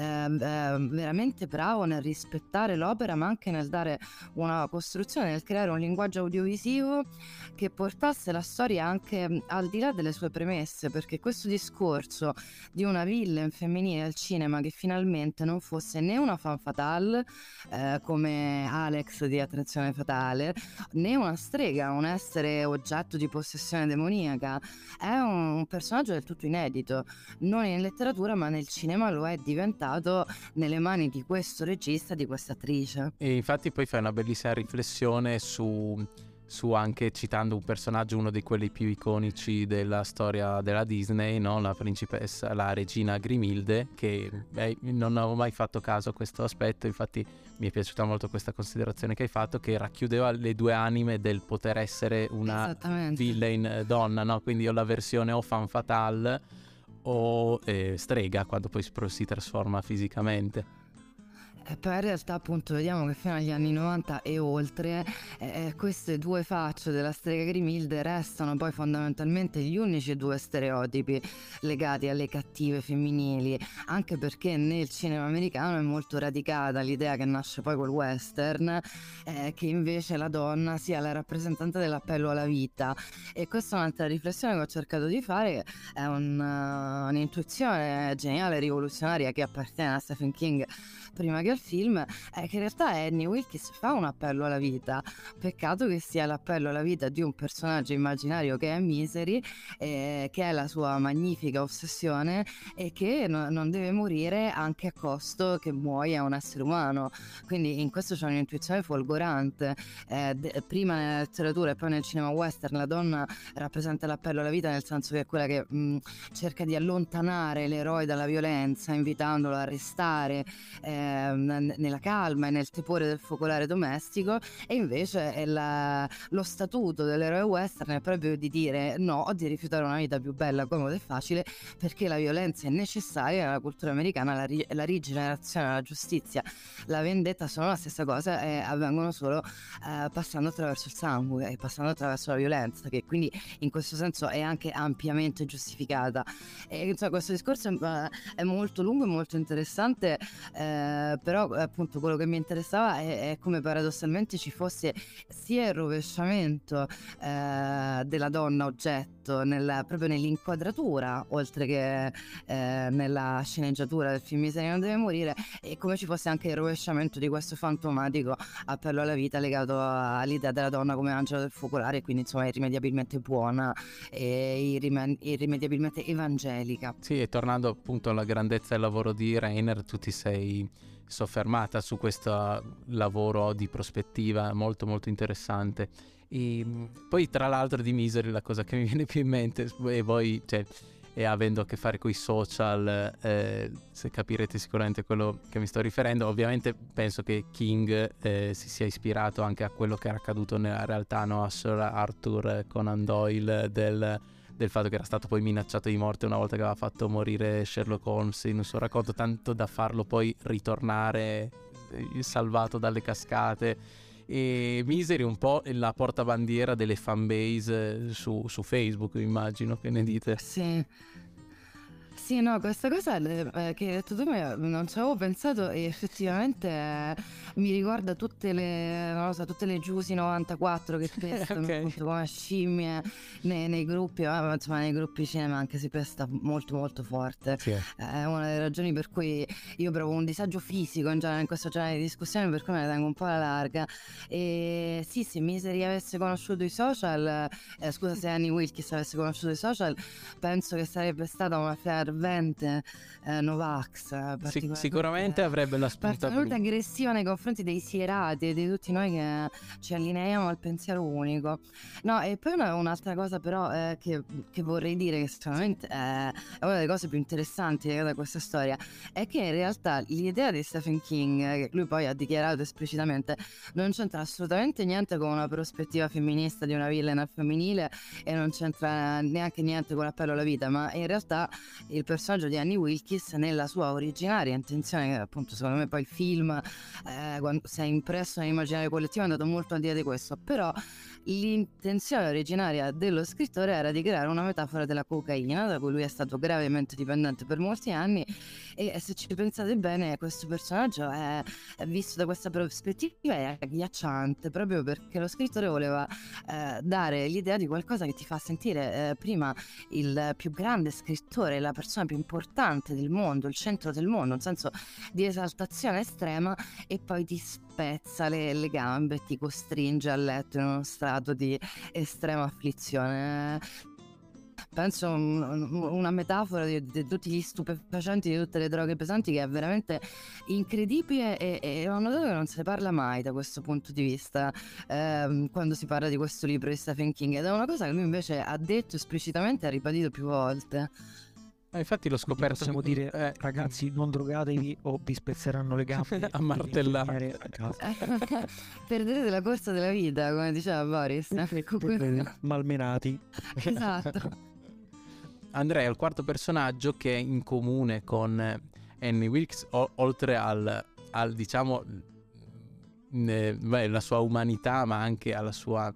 [SPEAKER 2] veramente bravo nel rispettare l'opera, ma anche nel dare una costruzione, nel creare un linguaggio audiovisivo che portasse la storia anche al di là delle sue premesse, perché questo discorso di una villain femminile al cinema che finalmente non fosse né una femme fatale come Alex di Attrazione Fatale, né una strega, un essere oggetto di possessione demoniaca, è un personaggio del tutto inedito, non in letteratura ma nel cinema lo è diventato nelle mani di questo regista, di questa attrice.
[SPEAKER 1] E infatti poi fai una bellissima riflessione su anche citando un personaggio, uno di quelli più iconici della storia della Disney, no? La principessa, la regina Grimilde, che non avevo mai fatto caso a questo aspetto, infatti mi è piaciuta molto questa considerazione che hai fatto, che racchiudeva le due anime del poter essere una villain donna, no? Quindi ho la versione o femme fatale o strega, quando poi si trasforma fisicamente.
[SPEAKER 2] E poi in realtà appunto vediamo che fino agli anni 90 e oltre queste due facce della strega Grimilde restano poi fondamentalmente gli unici due stereotipi legati alle cattive femminili, anche perché nel cinema americano è molto radicata l'idea, che nasce poi col western, che invece la donna sia la rappresentante dell'appello alla vita. E questa è un'altra riflessione che ho cercato di fare, è un'intuizione geniale, rivoluzionaria, che appartiene a Stephen King prima che al film, è che in realtà Annie Wilkes fa un appello alla vita. Peccato che sia l'appello alla vita di un personaggio immaginario che è Misery, che è la sua magnifica ossessione e che non deve morire anche a costo che muoia un essere umano. Quindi in questo c'è un'intuizione folgorante. Prima nella letteratura e poi nel cinema western la donna rappresenta l'appello alla vita, nel senso che è quella che cerca di allontanare l'eroe dalla violenza, invitandolo a restare nella calma e nel tepore del focolare domestico, e invece lo statuto dell'eroe western è proprio di dire no, di rifiutare una vita più bella, comoda e facile, perché la violenza è necessaria nella cultura americana, la rigenerazione, la giustizia, la vendetta sono la stessa cosa e avvengono solo passando attraverso il sangue e passando attraverso la violenza, che quindi in questo senso è anche ampiamente giustificata. E insomma, questo discorso è molto lungo e molto interessante, però appunto quello che mi interessava è come paradossalmente ci fosse sia il rovesciamento della donna oggetto proprio nell'inquadratura, oltre che nella sceneggiatura del film Miseria non deve morire, e come ci fosse anche il rovesciamento di questo fantomatico appello alla vita legato all'idea della donna come angelo del focolare, quindi insomma irrimediabilmente buona e irrimediabilmente evangelica.
[SPEAKER 1] Sì, e tornando appunto alla grandezza del lavoro di Reiner, tu ti sei soffermata su questo lavoro di prospettiva molto molto interessante. E poi tra l'altro di Misery la cosa che mi viene più in mente, e voi e avendo a che fare con i social, se capirete sicuramente quello che mi sto riferendo, ovviamente penso che King si sia ispirato anche a quello che era accaduto nella realtà, no? A Sir Arthur Conan Doyle, del fatto che era stato poi minacciato di morte una volta che aveva fatto morire Sherlock Holmes in un suo racconto, tanto da farlo poi ritornare salvato dalle cascate. E Misery un po' la portabandiera delle fanbase su Facebook, immagino, che ne dite?
[SPEAKER 2] Sì. Sì, no, questa cosa che hai detto tu non ci avevo pensato e effettivamente mi ricorda tutte le, non lo so, tutte le Giusy 94 che pestano
[SPEAKER 1] Ok.
[SPEAKER 2] appunto come scimmie nei gruppi, ma insomma nei gruppi cinema anche si pesta molto molto forte.
[SPEAKER 1] Sì.
[SPEAKER 2] È una delle ragioni per cui io provo un disagio fisico in genere in questo genere di discussioni, per cui me ne tengo un po' alla larga. E sì, se Misery avesse conosciuto i social, scusa se Annie Wilkes avesse conosciuto i social, penso che sarebbe stata una fervente Novax,
[SPEAKER 1] Sicuramente avrebbe la spunta blu.
[SPEAKER 2] particolarmente aggressiva nei confronti dei sierati e di tutti noi che ci allineiamo al pensiero unico. No, e poi un'altra cosa però che vorrei dire, che sicuramente è una delle cose più interessanti da questa storia, è che in realtà l'idea di Stephen King, che lui poi ha dichiarato esplicitamente, non c'entra assolutamente niente con una prospettiva femminista di una villain al femminile e non c'entra neanche niente con l'appello alla vita, ma in realtà il personaggio di Annie Wilkes nella sua originaria intenzione, che appunto secondo me poi il film quando si è impresso nell'immaginario collettivo è andato molto al di là di questo, però l'intenzione originaria dello scrittore era di creare una metafora della cocaina, da cui lui è stato gravemente dipendente per molti anni, e se ci pensate bene questo personaggio è visto da questa prospettiva è agghiacciante, proprio perché lo scrittore voleva dare l'idea di qualcosa che ti fa sentire prima il più grande scrittore, la persona più importante del mondo, il centro del mondo, un senso di esaltazione estrema, e poi ti spezza le gambe e ti costringe a letto in uno stato di estrema afflizione. Penso una metafora di tutti gli stupefacenti, di tutte le droghe pesanti, che è veramente incredibile, e ho notato che non se ne parla mai da questo punto di vista quando si parla di questo libro di Stephen King, ed è una cosa che lui invece ha detto esplicitamente e ha ribadito più volte.
[SPEAKER 1] Infatti l'ho
[SPEAKER 3] Quindi
[SPEAKER 1] scoperto.
[SPEAKER 3] possiamo dire, ragazzi, non drogatevi o vi spezzeranno le gambe
[SPEAKER 1] A martellare.
[SPEAKER 3] e a casa.
[SPEAKER 2] Perderete la corsa della vita, come diceva Boris.
[SPEAKER 3] Malmenati.
[SPEAKER 2] Esatto.
[SPEAKER 1] Andrei al quarto personaggio, che è in comune con Annie Wilkes, oltre al diciamo la sua umanità, ma anche al suo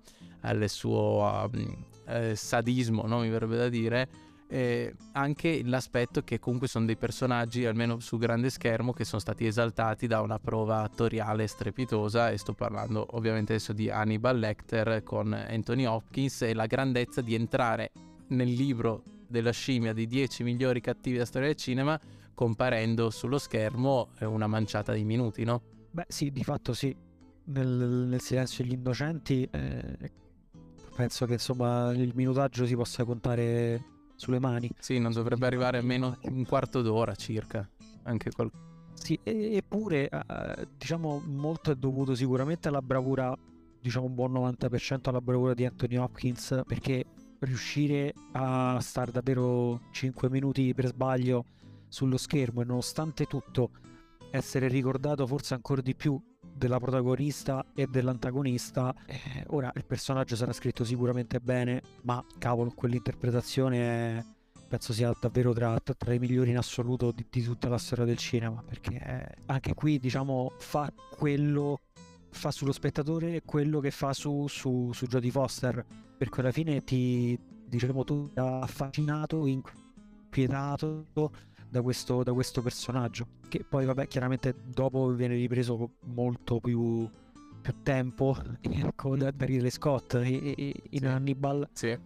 [SPEAKER 1] sadismo, no? Mi verrebbe da dire. Anche l'aspetto che comunque sono dei personaggi, almeno sul grande schermo, che sono stati esaltati da una prova attoriale strepitosa, e sto parlando ovviamente adesso di Hannibal Lecter con Anthony Hopkins, e la grandezza di entrare nel libro della scimmia dei 10 migliori cattivi della storia del cinema, comparendo sullo schermo una manciata di minuti, no?
[SPEAKER 3] Beh sì, di fatto sì. Nel Silenzio degli Innocenti penso che insomma il minutaggio si possa contare sulle mani.
[SPEAKER 1] Sì, non dovrebbe arrivare a meno un quarto d'ora circa, anche
[SPEAKER 3] Sì, eppure diciamo molto è dovuto sicuramente alla bravura, diciamo un buon 90% alla bravura di Anthony Hopkins, perché riuscire a stare davvero 5 minuti per sbaglio sullo schermo e nonostante tutto essere ricordato forse ancora di più della protagonista e dell'antagonista. Ora il personaggio sarà scritto sicuramente bene, ma cavolo, quell'interpretazione penso sia davvero tra i migliori in assoluto di tutta la storia del cinema, perché anche qui diciamo fa sullo spettatore quello che fa su Jodie Foster, perché alla fine ti ha affascinato, inquietato da questo personaggio, che poi vabbè chiaramente dopo viene ripreso con molto più tempo, ecco, da Ridley Scott in Hannibal,
[SPEAKER 1] sì,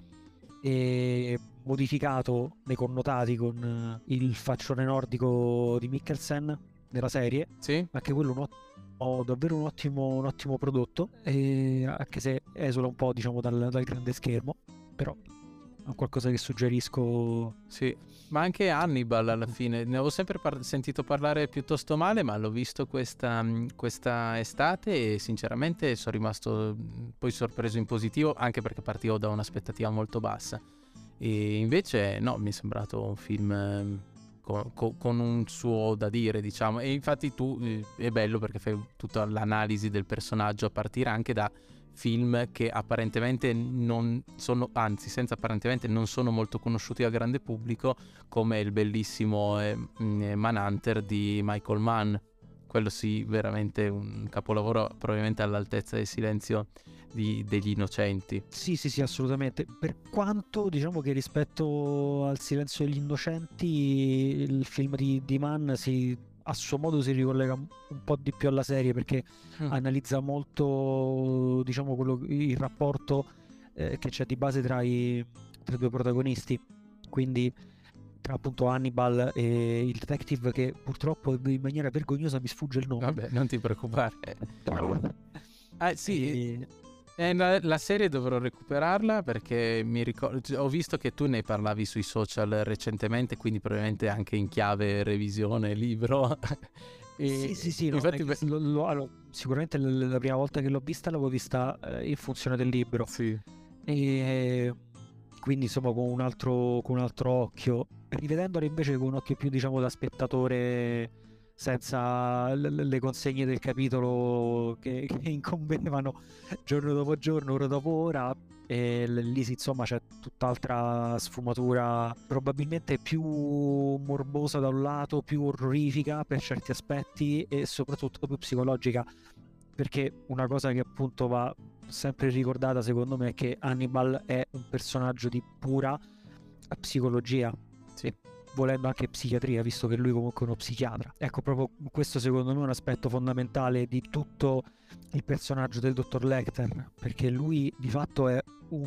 [SPEAKER 3] e modificato nei connotati con il faccione nordico di Mikkelsen nella serie.
[SPEAKER 1] sì.
[SPEAKER 3] Anche quello davvero un ottimo prodotto, anche se esula un po' diciamo dal grande schermo, però è qualcosa che suggerisco.
[SPEAKER 1] Sì, ma anche Hannibal alla fine ne avevo sempre sentito parlare piuttosto male, ma l'ho visto questa estate e sinceramente sono rimasto poi sorpreso in positivo, anche perché partivo da un'aspettativa molto bassa, e invece no, mi è sembrato un film con un suo da dire, diciamo. E infatti tu è bello perché fai tutta l'analisi del personaggio a partire anche da film che apparentemente non sono, anzi senza apparentemente, non sono molto conosciuti al grande pubblico, come il bellissimo Manhunter di Michael Mann, quello sì, veramente un capolavoro, probabilmente all'altezza del Silenzio degli Innocenti.
[SPEAKER 3] Sì, sì, sì, assolutamente. Per quanto diciamo che rispetto al Silenzio degli Innocenti, il film di Mann a suo modo si ricollega un po' di più alla serie, perché analizza molto, diciamo, il rapporto che c'è di base tra i due protagonisti. Quindi tra appunto Hannibal e il detective, che purtroppo in maniera vergognosa mi sfugge il nome.
[SPEAKER 1] Vabbè, non ti preoccupare. Sì.
[SPEAKER 3] E-
[SPEAKER 1] La serie dovrò recuperarla, perché mi ricordo, ho visto che tu ne parlavi sui social recentemente, quindi probabilmente anche in chiave revisione libro.
[SPEAKER 3] Sì, sì, sì, no,
[SPEAKER 1] infatti,
[SPEAKER 3] allora, sicuramente la prima volta che l'ho vista l'avevo vista in funzione del libro,
[SPEAKER 1] sì.
[SPEAKER 3] e quindi insomma con un altro occhio, rivedendola invece con un occhio più, diciamo, da spettatore, senza le consegne del capitolo che incombevano giorno dopo giorno, ora dopo ora. E lì sì, insomma, c'è tutt'altra sfumatura, probabilmente più morbosa da un lato, più orrorifica per certi aspetti, e soprattutto più psicologica, perché una cosa che appunto va sempre ricordata secondo me è che Hannibal è un personaggio di pura psicologia,
[SPEAKER 1] Sì.
[SPEAKER 3] e volendo anche psichiatria, visto che lui comunque è uno psichiatra. Ecco, proprio questo secondo me è un aspetto fondamentale di tutto il personaggio del dottor Lecter, perché lui di fatto è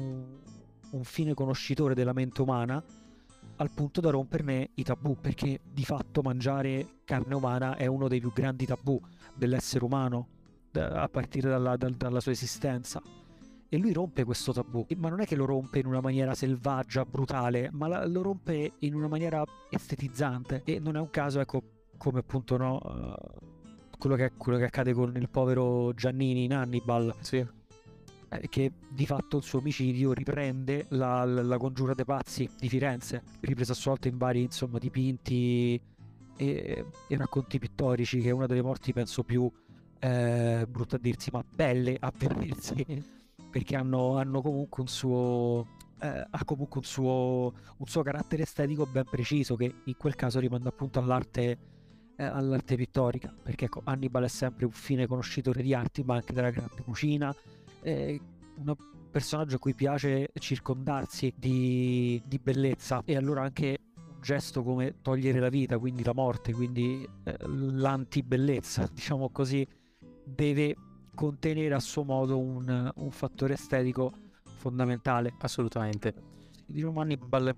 [SPEAKER 3] un fine conoscitore della mente umana, al punto da romperne i tabù, perché di fatto mangiare carne umana è uno dei più grandi tabù dell'essere umano, a partire dalla sua esistenza. E lui rompe questo tabù, ma non è che lo rompe in una maniera selvaggia, brutale, ma lo rompe in una maniera estetizzante. E non è un caso, ecco, come appunto no, quello che accade con il povero Giannini in Hannibal,
[SPEAKER 1] Sì.
[SPEAKER 3] che di fatto il suo omicidio riprende la congiura dei pazzi di Firenze, ripresa a sua volta in vari, insomma, dipinti e racconti pittorici, che è una delle morti penso più brutta a dirsi, ma belle a vedersi, perché hanno comunque un suo ha comunque un suo carattere estetico ben preciso, che in quel caso rimanda appunto all'arte pittorica, perché ecco, Hannibal è sempre un fine conoscitore di arti, ma anche della grande cucina, un personaggio a cui piace circondarsi di bellezza, e allora anche un gesto come togliere la vita, quindi la morte, quindi l'antibellezza, diciamo così, deve contenere a suo modo un fattore estetico fondamentale.
[SPEAKER 1] Assolutamente.
[SPEAKER 3] Diciamo, Hannibal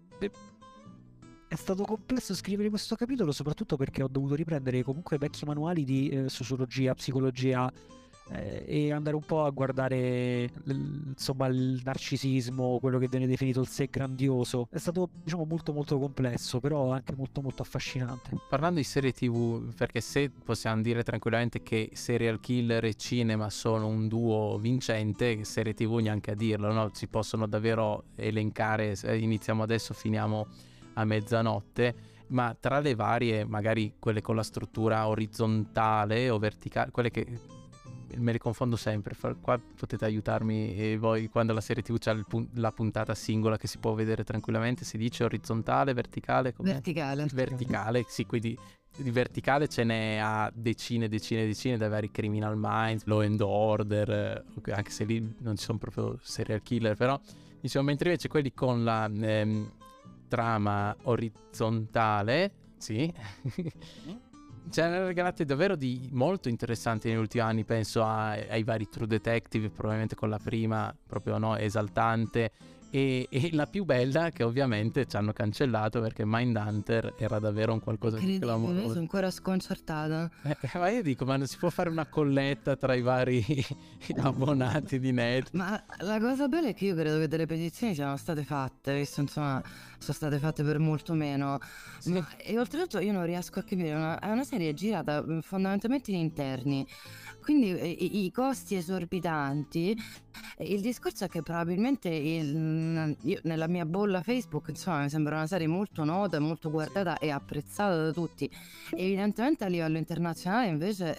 [SPEAKER 3] è stato complesso scrivere questo capitolo, soprattutto perché ho dovuto riprendere comunque vecchi manuali di sociologia, psicologia, e andare un po' a guardare insomma il narcisismo, quello che viene definito il sé grandioso. È stato, diciamo, molto molto complesso, però anche molto molto affascinante.
[SPEAKER 1] Parlando di serie TV, perché se possiamo dire tranquillamente che serial killer e cinema sono un duo vincente, serie TV neanche a dirlo, no? Si possono davvero elencare, iniziamo adesso, finiamo a mezzanotte, ma tra le varie, magari quelle con la struttura orizzontale o verticale, quelle che me le confondo sempre, qua potete aiutarmi, e voi, quando la serie TV c'ha la puntata singola che si può vedere tranquillamente, si dice orizzontale, verticale? Com'è? Verticale, sì, quindi di verticale ce n'è a decine, dai vari Criminal Minds, Law and Order, anche se lì non ci sono proprio serial killer, però diciamo, mentre invece quelli con la trama orizzontale, sì, ce ne hanno regalate davvero di molto interessanti negli ultimi anni. Penso ai vari True Detective, probabilmente con la prima proprio, no, esaltante, e la più bella che ovviamente ci hanno cancellato, perché Mindhunter era davvero un qualcosa di clamoroso.
[SPEAKER 2] Sono ancora sconcertata.
[SPEAKER 1] Ma io dico, ma non si può fare una colletta tra i vari abbonati di Netflix?
[SPEAKER 2] Ma la cosa bella è che io credo che delle petizioni siano state fatte, visto insomma sono state fatte per molto meno.
[SPEAKER 1] Sì.
[SPEAKER 2] E oltretutto io non riesco a capire, è una serie girata fondamentalmente in interni, quindi i costi esorbitanti. Il discorso è che probabilmente nella mia bolla Facebook, insomma, mi sembra una serie molto nota, molto guardata e apprezzata da tutti. Evidentemente a livello internazionale invece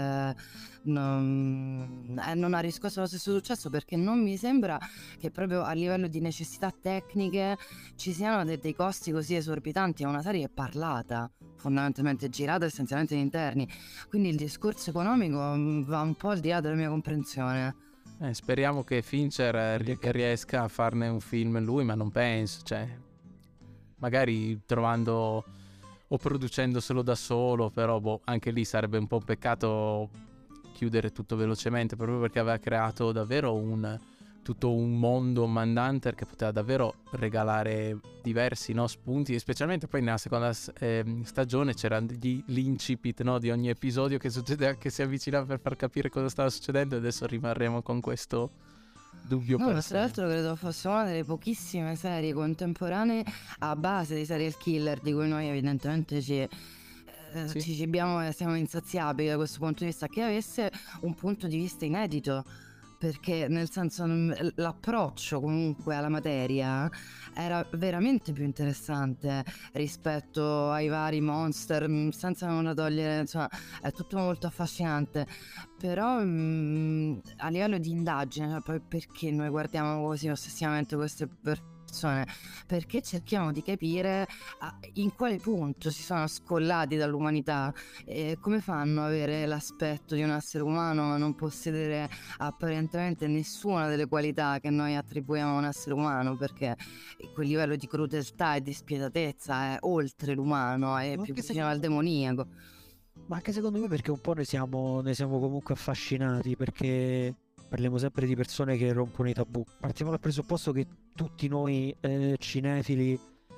[SPEAKER 2] non ha riscosso lo stesso successo, perché non mi sembra che proprio a livello di necessità tecniche ci siano dei costi così esorbitanti. È una serie parlata, fondamentalmente girata essenzialmente in interni, quindi il discorso economico va un po' al di là della mia comprensione.
[SPEAKER 1] Speriamo che Fincher riesca a farne un film lui, ma non penso, cioè magari trovando o producendo solo da solo, però anche lì sarebbe un po' un peccato chiudere tutto velocemente, proprio perché aveva creato davvero tutto un mondo Mindhunter che poteva davvero regalare diversi spunti, e specialmente poi nella seconda stagione c'erano l'incipit di ogni episodio che succedeva, che si avvicinava per far capire cosa stava succedendo, e adesso rimarremo con questo dubbio.
[SPEAKER 2] No, tra l'altro credo fosse una delle pochissime serie contemporanee a base di serial killer di cui noi evidentemente ci cibiamo e siamo insaziabili da questo punto di vista, che avesse un punto di vista inedito, perché nel senso l'approccio comunque alla materia era veramente più interessante rispetto ai vari monster, senza nulla togliere, insomma è tutto molto affascinante, però a livello di indagine, cioè, poi perché noi guardiamo così ossessivamente queste persone? Perché cerchiamo di capire in quale punto si sono scollati dall'umanità, e come fanno ad avere l'aspetto di un essere umano ma non possedere apparentemente nessuna delle qualità che noi attribuiamo a un essere umano, perché quel livello di crudeltà e di spietatezza è oltre l'umano, è più vicino al demoniaco.
[SPEAKER 3] Ma anche secondo me perché un po' ne siamo comunque affascinati, perché parliamo sempre di persone che rompono i tabù. Partiamo dal presupposto che tutti noi cinefili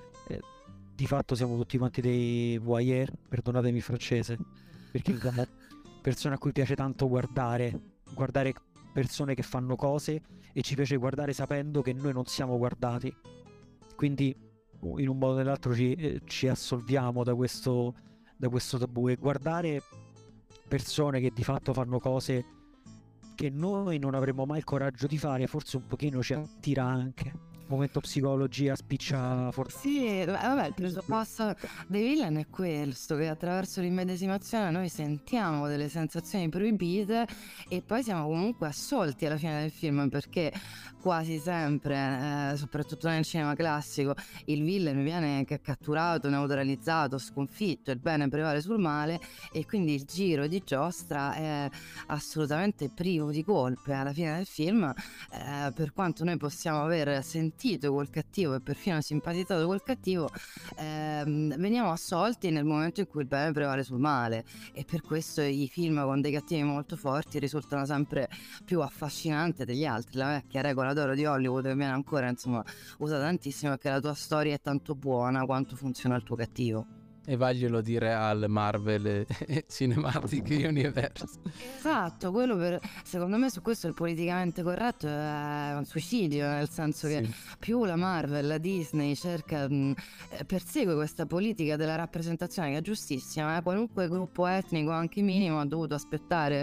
[SPEAKER 3] di fatto siamo tutti quanti dei voyeur, perdonatemi il francese, perché persone a cui piace tanto guardare persone che fanno cose, e ci piace guardare sapendo che noi non siamo guardati, quindi in un modo o nell'altro ci assolviamo da questo tabù, e guardare persone che di fatto fanno cose che noi non avremmo mai il coraggio di fare forse un pochino ci attira anche. Momento psicologia spiccia forse.
[SPEAKER 2] Sì, vabbè, il presupposto dei villain è questo, che attraverso l'immedesimazione noi sentiamo delle sensazioni proibite e poi siamo comunque assolti alla fine del film, perché quasi sempre, soprattutto nel cinema classico, il villain viene catturato, neutralizzato, sconfitto, il bene prevale sul male, e quindi il giro di giostra è assolutamente privo di colpe alla fine del film, per quanto noi possiamo aver sentito col cattivo e perfino simpatizzato col cattivo, veniamo assolti nel momento in cui il bene prevale sul male, e per questo i film con dei cattivi molto forti risultano sempre più affascinanti degli altri. La vecchia regola d'oro di Hollywood, che viene ancora usata tantissimo, è che la tua storia è tanto buona quanto funziona il tuo cattivo.
[SPEAKER 1] E vaglielo dire al Marvel Cinematic Universe.
[SPEAKER 2] Esatto, quello secondo me su questo il politicamente corretto è un suicidio, nel senso che più la Marvel, la Disney persegue questa politica della rappresentazione, che è giustissima, qualunque gruppo etnico anche minimo ha dovuto aspettare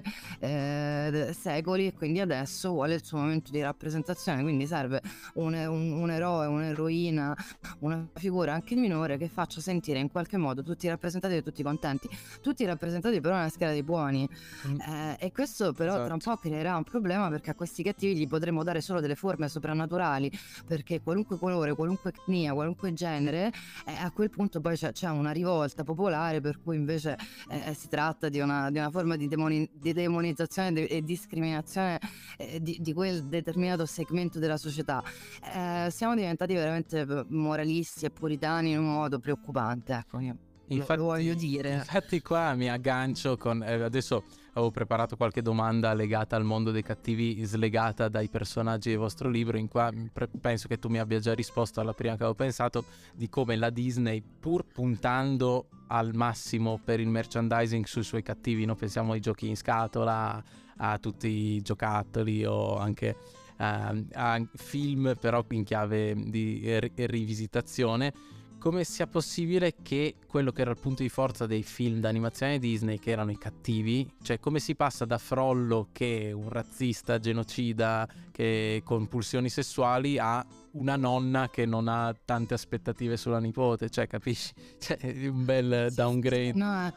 [SPEAKER 2] secoli, e quindi adesso vuole il suo momento di rappresentazione, quindi serve un eroe, un'eroina, una figura anche minore che faccia sentire in qualche modo tutti rappresentati e tutti contenti, tutti rappresentati però nella scala dei buoni, e questo però tra un po' creerà un problema, perché a questi cattivi gli potremo dare solo delle forme soprannaturali, perché qualunque colore, qualunque etnia, qualunque genere, a quel punto poi c'è una rivolta popolare, per cui invece si tratta di una forma di demonizzazione e discriminazione di quel determinato segmento della società. Siamo diventati veramente moralisti e puritani in un modo preoccupante, ecco. Infatti, lo voglio dire.
[SPEAKER 1] Infatti qua mi aggancio con adesso avevo preparato qualche domanda legata al mondo dei cattivi, slegata dai personaggi del vostro libro. In qua penso che tu mi abbia già risposto alla prima che avevo pensato, di come la Disney, pur puntando al massimo per il merchandising sui suoi cattivi, no? Pensiamo ai giochi in scatola, a tutti i giocattoli, o anche a film però in chiave di rivisitazione, come sia possibile che quello che era il punto di forza dei film d'animazione Disney, che erano i cattivi, cioè come si passa da Frollo, che è un razzista, genocida, che con pulsioni sessuali, a una nonna che non ha tante aspettative sulla nipote, cioè capisci? Cioè è un bel downgrade.
[SPEAKER 2] No,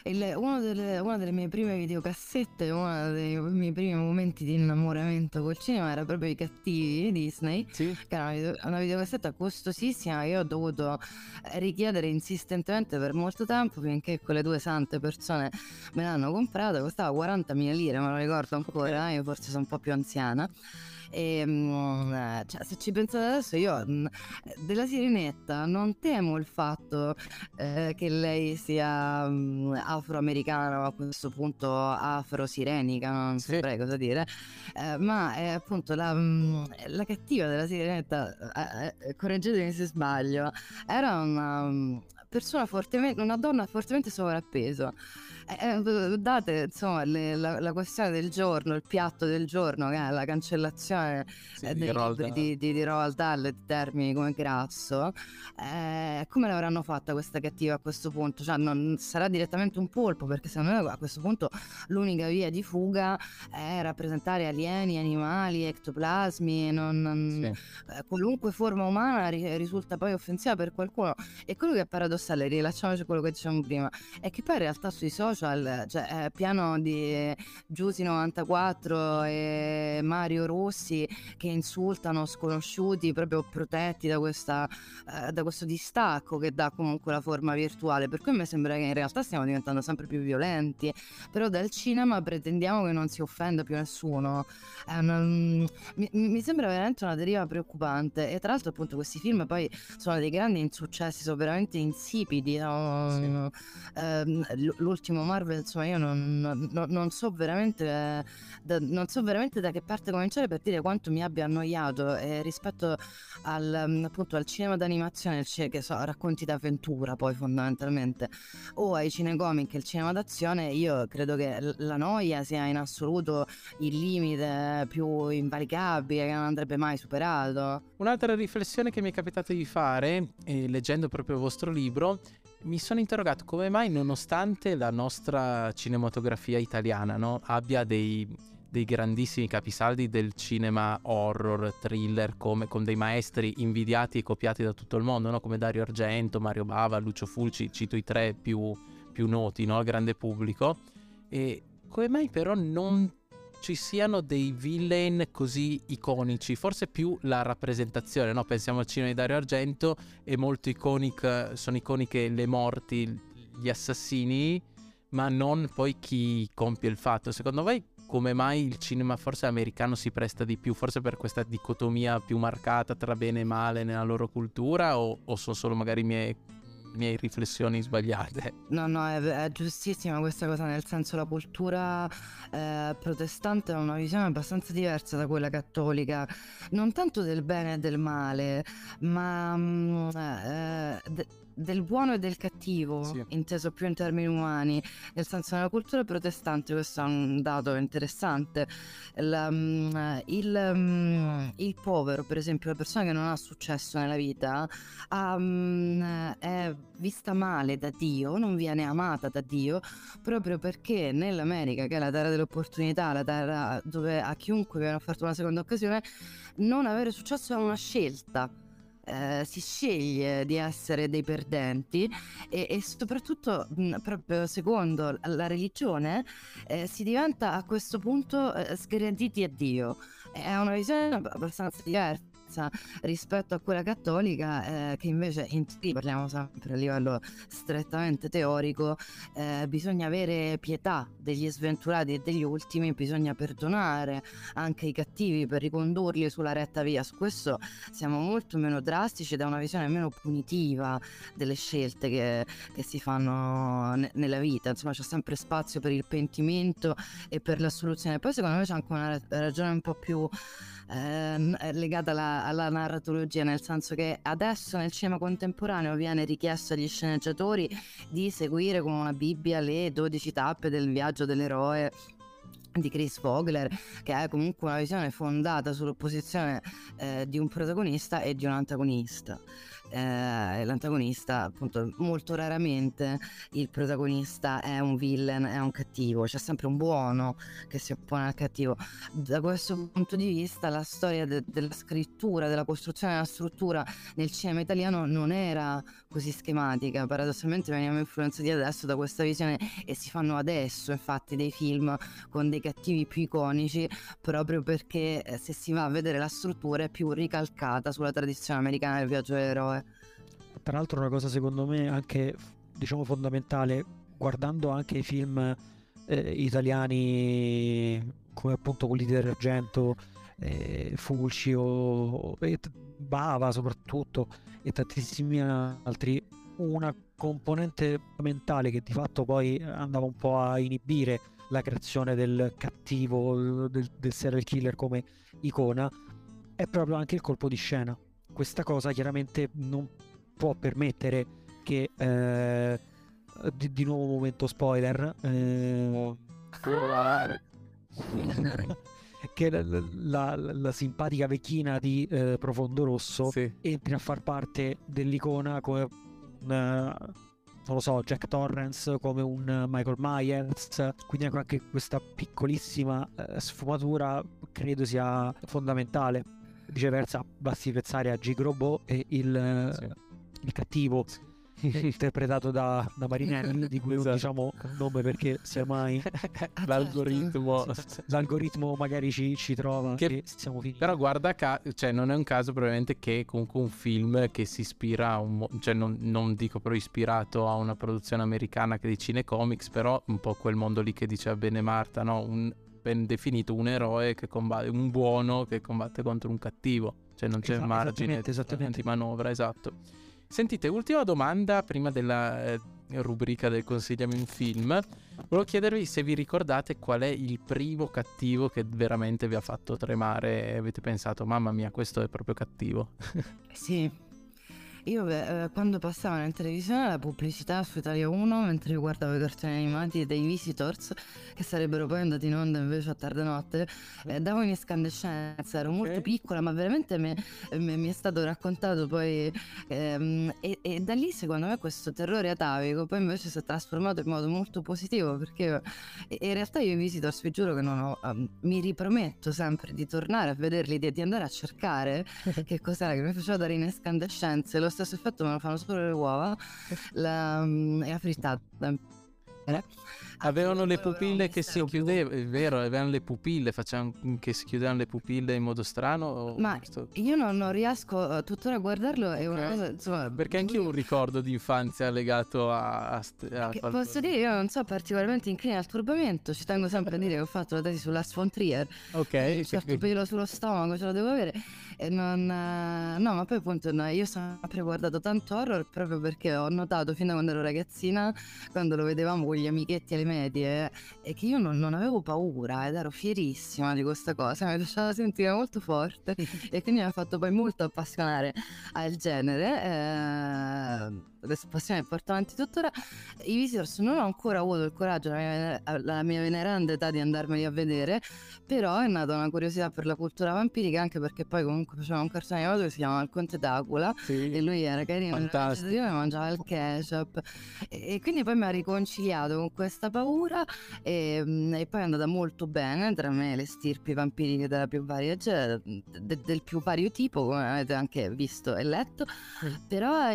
[SPEAKER 2] una delle mie prime videocassette, uno dei miei primi momenti di innamoramento col cinema era proprio I Cattivi di Disney,
[SPEAKER 1] Sì?
[SPEAKER 2] che era una videocassetta costosissima che io ho dovuto richiedere insistentemente per molto tempo finché quelle due sante persone me l'hanno comprata. Costava 40.000 lire, me lo ricordo ancora, io forse sono un po' più anziana. Cioè, se ci pensate adesso, io della Sirenetta non temo il fatto che lei sia afroamericana o a questo punto afro-sirenica, non
[SPEAKER 1] Sì.
[SPEAKER 2] saprei cosa dire, ma è appunto la cattiva della Sirenetta, correggetemi se sbaglio, era una persona fortemente, una donna fortemente sovrappeso. Date insomma la questione del giorno, il piatto del giorno, che è la cancellazione
[SPEAKER 1] Sì, di
[SPEAKER 2] dei
[SPEAKER 1] Roald
[SPEAKER 2] libri
[SPEAKER 1] Dahl.
[SPEAKER 2] di Roald Dahl, di termini come grasso. Come l'avranno fatta questa cattiva a questo punto? Cioè, non sarà direttamente un polpo, perché secondo me a questo punto l'unica via di fuga è rappresentare alieni, animali, ectoplasmi,
[SPEAKER 1] Sì.
[SPEAKER 2] qualunque forma umana risulta poi offensiva per qualcuno. E quello che è paradossale, rilacciamoci a quello che dicevamo prima, è che poi in realtà sui social, cioè piano di Giusy94 e Mario Rossi che insultano sconosciuti proprio protetti da questo distacco che dà comunque la forma virtuale, per cui mi sembra che in realtà stiamo diventando sempre più violenti, però dal cinema pretendiamo che non si offenda più nessuno. Mi sembra veramente una deriva preoccupante, e tra l'altro appunto questi film poi sono dei grandi insuccessi, sono veramente insipidi, no? L'ultimo Marvel, insomma, io non so veramente non so veramente da che parte cominciare per dire quanto mi abbia annoiato rispetto appunto al cinema d'animazione, che so, racconti d'avventura poi fondamentalmente, o ai cinecomic, il cinema d'azione. Io credo che la noia sia in assoluto il limite più invalicabile che non andrebbe mai superato.
[SPEAKER 1] Un'altra riflessione che mi è capitato di fare, leggendo proprio il vostro libro, mi sono interrogato come mai, nonostante la nostra cinematografia italiana, no, abbia dei grandissimi capisaldi del cinema horror, thriller, con dei maestri invidiati e copiati da tutto il mondo, no? Come Dario Argento, Mario Bava, Lucio Fulci, cito i tre più noti, no? Al grande pubblico. E come mai però non ci siano dei villain così iconici? Forse più la rappresentazione, no? Pensiamo al cinema di Dario Argento, è molto sono iconiche le morti, gli assassini, ma non poi chi compie il fatto. Secondo voi come mai il cinema forse americano si presta di più? Forse per questa dicotomia più marcata tra bene e male nella loro cultura, o sono solo magari miei riflessioni sbagliate?
[SPEAKER 2] No, è giustissima questa cosa, nel senso la cultura protestante ha una visione abbastanza diversa da quella cattolica, non tanto del bene e del male, ma del buono e del cattivo,
[SPEAKER 1] Sì.
[SPEAKER 2] inteso più in termini umani. Nel senso, nella cultura protestante, questo è un dato interessante, il povero, per esempio, la persona che non ha successo nella vita, è vista male da Dio, non viene amata da Dio, proprio perché nell'America, che è la terra dell'opportunità, la terra dove a chiunque viene offerta una seconda occasione, non avere successo è una scelta. Si sceglie di essere dei perdenti, e soprattutto proprio secondo la religione si diventa a questo punto sgraditi a Dio. È una visione abbastanza diversa rispetto a quella cattolica, che invece parliamo sempre a livello strettamente teorico, bisogna avere pietà degli sventurati e degli ultimi, bisogna perdonare anche i cattivi per ricondurli sulla retta via. Su questo siamo molto meno drastici ed è una visione meno punitiva delle scelte che si fanno nella vita. Insomma, c'è sempre spazio per il pentimento e per l'assoluzione. Poi secondo me c'è anche una ragione un po' più legata alla narratologia, nel senso che adesso nel cinema contemporaneo viene richiesto agli sceneggiatori di seguire come una Bibbia le 12 tappe del viaggio dell'eroe di Chris Vogler, che è comunque una visione fondata sull'opposizione di un protagonista e di un antagonista. l'antagonista, appunto, molto raramente il protagonista è un villain, è un cattivo, c'è sempre un buono che si oppone al cattivo. Da questo punto di vista la storia della scrittura, della costruzione della struttura nel cinema italiano non era così schematica. Paradossalmente veniamo influenzati adesso da questa visione e si fanno adesso infatti dei film con dei cattivi più iconici, proprio perché se si va a vedere la struttura è più ricalcata sulla tradizione americana del viaggio dell'eroe.
[SPEAKER 3] Tra l'altro una cosa secondo me anche diciamo fondamentale, guardando anche i film italiani come appunto quelli di Argento, Fulci e Bava soprattutto e tantissimi altri, una componente mentale che di fatto poi andava un po' a inibire la creazione del cattivo, del serial killer come icona, è proprio anche il colpo di scena. Questa cosa chiaramente non può permettere che di nuovo momento spoiler che la simpatica vecchina di Profondo Rosso
[SPEAKER 1] Sì.
[SPEAKER 3] entri a far parte dell'icona come non lo so, Jack Torrance, come un Michael Myers, quindi anche questa piccolissima sfumatura credo sia fondamentale. Viceversa basti pensare a G. Robot e il cattivo interpretato da Marinelli, di cui non diciamo il nome perché semmai l'algoritmo magari ci trova e siamo finiti.
[SPEAKER 1] Però guarda cioè non è un caso probabilmente che comunque un film che si ispira a cioè non dico però ispirato a una produzione americana che di cinecomics, però un po' quel mondo lì che diceva bene Marta, no? Ben definito un eroe che combatte, un buono che combatte contro un cattivo, cioè non c'è margine
[SPEAKER 3] esattamente
[SPEAKER 1] di manovra, esatto. Sentite, ultima domanda prima della rubrica del consigliami un film. Volevo chiedervi se vi ricordate qual è il primo cattivo che veramente vi ha fatto tremare e avete pensato mamma mia questo è proprio cattivo.
[SPEAKER 2] Sì. Io quando passavano in televisione la pubblicità su Italia 1 mentre io guardavo i cartoni animati dei Visitors che sarebbero poi andati in onda invece a tarda notte, davo in escandescenza, ero molto piccola ma veramente mi è stato raccontato poi e da lì secondo me questo terrore atavico poi invece si è trasformato in modo molto positivo, perché in realtà io i Visitors vi giuro che non ho, mi riprometto sempre di tornare a vederli, di andare a cercare che cos'era che mi faceva dare in escandescenze. Lo stesso effetto me lo fanno solo le uova e la frittata.
[SPEAKER 1] Avevano le pupille che si chiudevano, è vero, avevano le pupille, che si chiudevano le pupille in modo strano.
[SPEAKER 2] Ma io non riesco tuttora a guardarlo, è una cosa, insomma,
[SPEAKER 1] perché anche io ho un ricordo di infanzia legato a
[SPEAKER 2] posso dire, io non so particolarmente incline al turbamento, ci tengo sempre a dire che ho fatto la tesi su Lars von Trier, un certo pelo sullo stomaco ce lo devo avere e non no, ma poi appunto io ho sempre guardato tanto horror proprio perché ho notato fin da quando ero ragazzina, quando lo vedevamo con gli amichetti alle medie, e che io non avevo paura ed ero fierissima di questa cosa, mi lasciava sentire molto forte e quindi mi ha fatto poi molto appassionare al genere. Questa passione porta avanti tuttora. I Visitors non ho ancora avuto il coraggio alla mia veneranda età di andarmeli a vedere, però è nata una curiosità per la cultura vampirica, anche perché poi comunque faceva un cartone animato che si chiama Il Conte D'Acula e lui era carino,
[SPEAKER 1] fantastico,
[SPEAKER 2] mangiava il ketchup e quindi poi mi ha riconciliato con questa paura e poi è andata molto bene tra me le stirpi vampiriche della più varia del più vario tipo, come avete anche visto e letto, però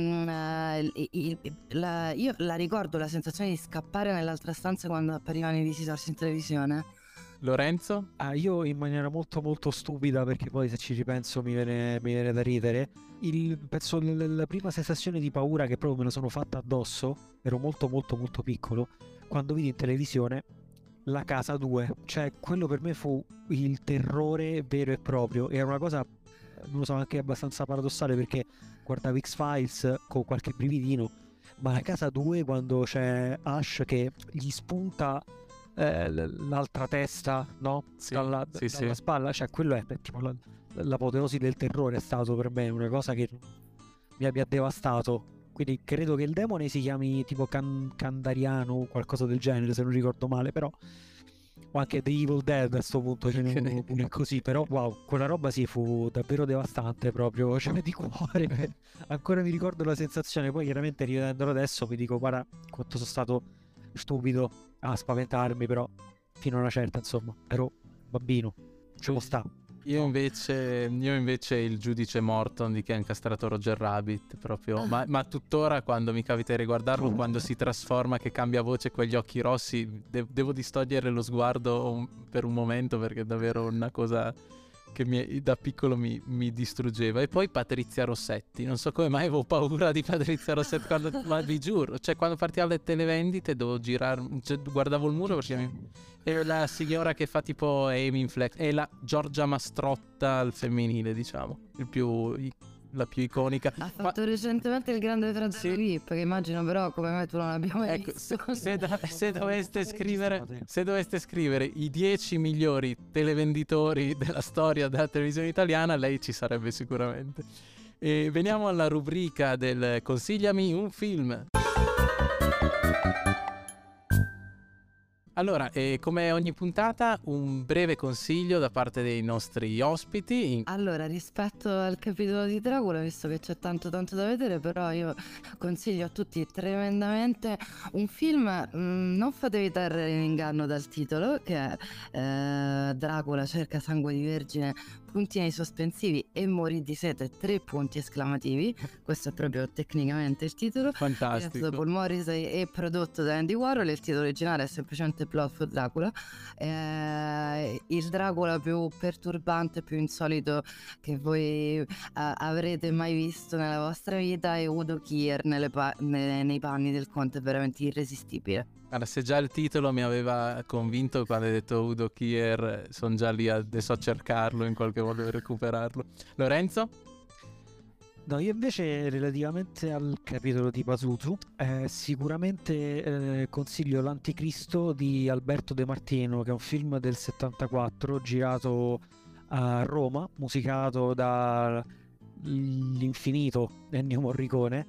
[SPEAKER 2] io la ricordo la sensazione di scappare nell'altra stanza quando apparivano i Visitors in televisione.
[SPEAKER 1] Lorenzo?
[SPEAKER 3] Io in maniera molto molto stupida, perché poi se ci ripenso mi viene da ridere, penso la prima sensazione di paura che proprio me la sono fatta addosso, ero molto molto molto piccolo, quando vidi in televisione La Casa 2, cioè quello per me fu il terrore vero e proprio, era una cosa, non lo so, anche abbastanza paradossale perché guardavo X-Files con qualche brividino, ma La Casa 2 quando c'è Ash che gli spunta l'altra testa, no? Dalla spalla, cioè quello è tipo l'apoteosi del terrore, è stato per me una cosa che mi ha devastato. Quindi credo che il demone si chiami tipo Candariano o qualcosa del genere, se non ricordo male, però o anche The Evil Dead a sto punto
[SPEAKER 1] Ok.
[SPEAKER 3] pure così, però wow, quella roba sì fu davvero devastante proprio, cioè di cuore. Ancora mi ricordo la sensazione, poi chiaramente rivedendolo adesso mi dico guarda quanto sono stato stupido a spaventarmi, però fino a una certa, insomma, ero bambino, ci può sta.
[SPEAKER 1] Io invece il giudice Morton di chi ha incastrato Roger Rabbit, proprio, ma tuttora quando mi capita di riguardarlo, quando si trasforma, che cambia voce con gli occhi rossi, devo distogliere lo sguardo per un momento, perché è davvero una cosa che da piccolo mi distruggeva. E poi Patrizia Rossetti, non so come mai avevo paura di Patrizia Rossetti, ma vi giuro, cioè quando partiva alle televendite dovevo girare, cioè, guardavo il muro perché è la signora che fa tipo Amy Flex, è la Giorgia Mastrotta al femminile, diciamo, la più iconica.
[SPEAKER 2] Ha fatto recentemente il Grande Fratello
[SPEAKER 1] Sì.
[SPEAKER 2] VIP, che immagino però come mai tu non l'abbia mai
[SPEAKER 1] Ecco,
[SPEAKER 2] visto.
[SPEAKER 1] se doveste scrivere i 10 migliori televenditori della storia della televisione italiana, lei ci sarebbe sicuramente. E veniamo alla rubrica del Consigliami un film. Allora, come ogni puntata, un breve consiglio da parte dei nostri ospiti.
[SPEAKER 2] Allora, rispetto al capitolo di Dracula, visto che c'è tanto da vedere, però io consiglio a tutti tremendamente un film, non fatevi trarre in inganno dal titolo, che è Dracula cerca sangue di vergine, puntini sospensivi e morì di sete, 3 punti esclamativi. Questo è proprio tecnicamente il titolo. Diretto da
[SPEAKER 1] Fantastico.
[SPEAKER 2] Paul Morrissey e prodotto da Andy Warhol. Il titolo originale è semplicemente Plot for Dracula. Il Dracula più perturbante, più insolito che voi avrete mai visto nella vostra vita, e Udo Kier nei panni del conte è veramente irresistibile.
[SPEAKER 1] Allora, se già il titolo mi aveva convinto quando hai detto Udo Kier, sono già lì adesso a cercarlo in qualche modo per recuperarlo. Lorenzo?
[SPEAKER 3] No, io invece relativamente al capitolo di Pazuzu, sicuramente consiglio L'Anticristo di Alberto De Martino, che è un film del 74 girato a Roma, musicato dall'infinito Ennio Morricone,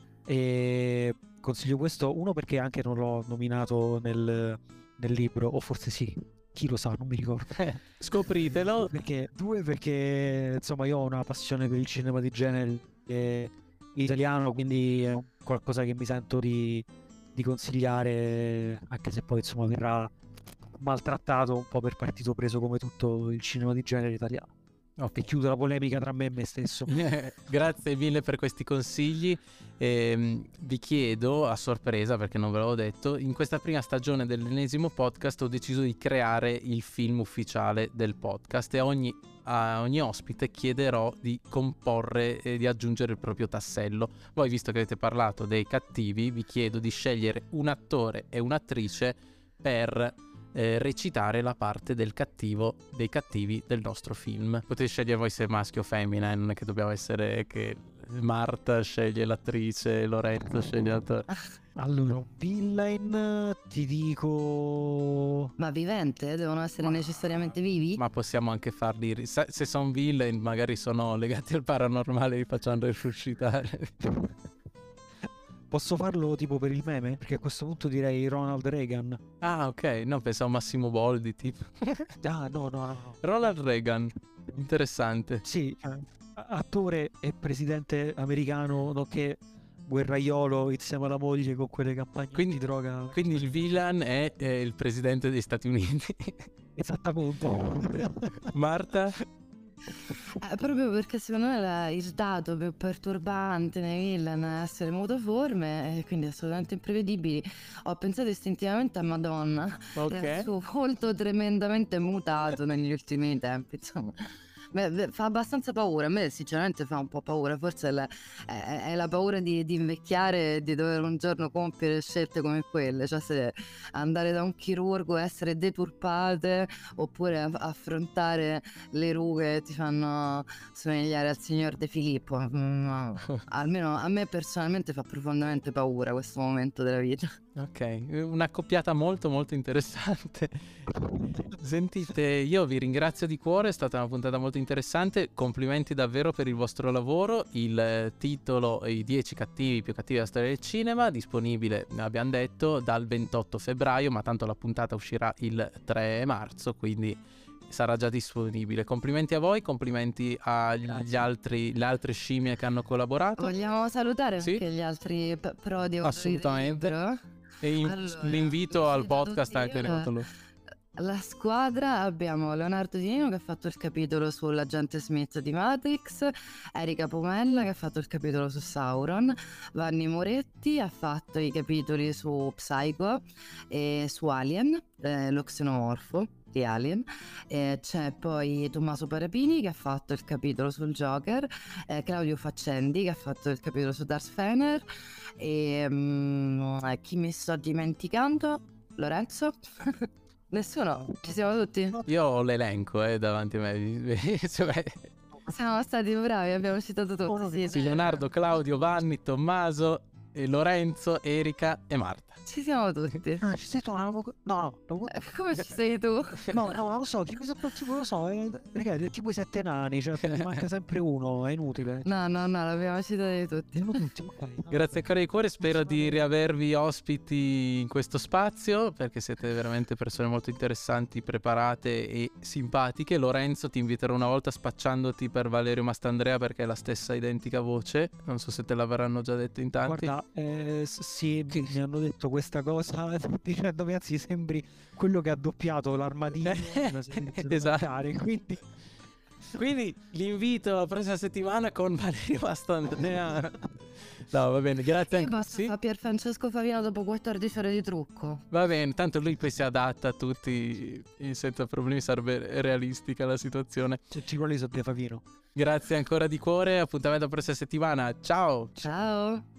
[SPEAKER 3] e consiglio questo, uno perché anche non l'ho nominato nel libro, o forse sì, chi lo sa, non mi ricordo.
[SPEAKER 1] Scopritelo.
[SPEAKER 3] Due perché insomma io ho una passione per il cinema di genere italiano, quindi è qualcosa che mi sento di consigliare, anche se poi insomma verrà maltrattato un po' per partito preso come tutto il cinema di genere italiano. E chiudo la polemica tra me e me stesso.
[SPEAKER 1] Grazie mille per questi consigli. Vi chiedo, a sorpresa perché non ve l'avevo detto, in questa prima stagione dell'ennesimo podcast ho deciso di creare il film ufficiale del podcast, e a ogni ospite chiederò di comporre e di aggiungere il proprio tassello. Voi, visto che avete parlato dei cattivi, vi chiedo di scegliere un attore e un'attrice per recitare la parte dei cattivi del nostro film. Potete scegliere voi se maschio o femmina, non è che dobbiamo essere che Marta sceglie l'attrice, Lorenzo sceglie l'attore.
[SPEAKER 3] Allora, un villain ti dico...
[SPEAKER 2] Ma vivente? Devono essere necessariamente vivi?
[SPEAKER 1] Ma possiamo anche farli, se sono villain magari sono legati al paranormale, li facciamo resuscitare.
[SPEAKER 3] Posso farlo tipo per il meme? Perché a questo punto direi Ronald Reagan.
[SPEAKER 1] Ah, ok, no, pensavo Massimo Boldi tipo.
[SPEAKER 3] Ah, no.
[SPEAKER 1] Ronald Reagan, interessante.
[SPEAKER 3] Sì, attore e presidente americano, nonché guerraiolo insieme alla moglie con quelle campagne di droga.
[SPEAKER 1] Quindi il villain è il presidente degli Stati Uniti.
[SPEAKER 3] Esattamente.
[SPEAKER 1] Marta?
[SPEAKER 2] Proprio perché secondo me il dato più perturbante nei villain è essere mutoforme, e quindi assolutamente imprevedibili. Ho pensato istintivamente a Madonna,
[SPEAKER 1] Ok.
[SPEAKER 2] il suo volto tremendamente mutato negli ultimi tempi, insomma. Beh, fa abbastanza paura, a me sinceramente fa un po' paura, forse è la paura di invecchiare e di dover un giorno compiere scelte come quelle, cioè se andare da un chirurgo e essere deturpate, oppure affrontare le rughe che ti fanno somigliare al signor De Filippo. Almeno a me personalmente fa profondamente paura questo momento della vita.
[SPEAKER 1] Ok, una coppiata molto molto interessante. Sentite, io vi ringrazio di cuore, è stata una puntata molto interessante, complimenti davvero per il vostro lavoro. Il titolo I 10 cattivi più cattivi della storia del cinema, disponibile, abbiamo detto, dal 28 febbraio, ma tanto la puntata uscirà il 3 marzo, quindi sarà già disponibile. Complimenti a voi, complimenti agli altri, le altre scimmie che hanno collaborato.
[SPEAKER 2] Vogliamo salutare
[SPEAKER 1] Sì?
[SPEAKER 2] anche gli altri prodi autori
[SPEAKER 1] Assolutamente.
[SPEAKER 2] del libro?
[SPEAKER 1] E
[SPEAKER 2] Allora,
[SPEAKER 1] l'invito al
[SPEAKER 2] invito
[SPEAKER 1] podcast
[SPEAKER 2] tutti
[SPEAKER 1] anche
[SPEAKER 2] io, la squadra abbiamo Leonardo Di Nino che ha fatto il capitolo sull'agente Smith di Matrix, Erika Pomella che ha fatto il capitolo su Sauron, Vanni Moretti ha fatto i capitoli su Psycho e su Alien, lo xenomorfo di Alien, c'è poi Tommaso Parapini che ha fatto il capitolo sul Joker, Claudio Faccendi che ha fatto il capitolo su Darth Fener e chi mi sto dimenticando? Lorenzo? Nessuno? Ci siamo tutti?
[SPEAKER 1] Io ho l'elenco davanti a me. Cioè,
[SPEAKER 2] Siamo stati bravi, abbiamo citato tutti.
[SPEAKER 1] sì, Leonardo, Claudio, Vanni, Tommaso, Lorenzo, Erika e Marta.
[SPEAKER 2] Ci siamo tutti.
[SPEAKER 3] Ah, ci sei tu? No,
[SPEAKER 2] Come ci sei tu?
[SPEAKER 3] no, non lo so, chi mi tipo lo so, ragazzi, tipo i 7 nani, cioè ne manca sempre uno, è inutile.
[SPEAKER 2] No, l'abbiamo citati tutti.
[SPEAKER 3] Siamo tutti, ok.
[SPEAKER 1] Grazie ancora di cuore, spero di riavervi ospiti in questo spazio perché siete veramente persone molto interessanti, preparate e simpatiche. Lorenzo, ti inviterò una volta spacciandoti per Valerio Mastandrea perché è la stessa identica voce, non so se te l'avranno già detto in tanti.
[SPEAKER 3] Guarda, sì, mi hanno detto questa cosa dicendomi anzi sembri quello che ha doppiato l'armadillo
[SPEAKER 1] Esatto.
[SPEAKER 3] quindi
[SPEAKER 1] l'invito la prossima settimana con Valerio Mastandrea. No, va bene, grazie
[SPEAKER 2] Che basta
[SPEAKER 1] sì?
[SPEAKER 2] fa Pier Francesco Favino dopo 14 ore di trucco?
[SPEAKER 1] Va bene, tanto lui poi si adatta a tutti senza problemi, sarebbe realistica la situazione.
[SPEAKER 3] ci vuole Sobbia Favino.
[SPEAKER 1] Grazie ancora di cuore, appuntamento la prossima settimana, ciao!
[SPEAKER 2] Ciao!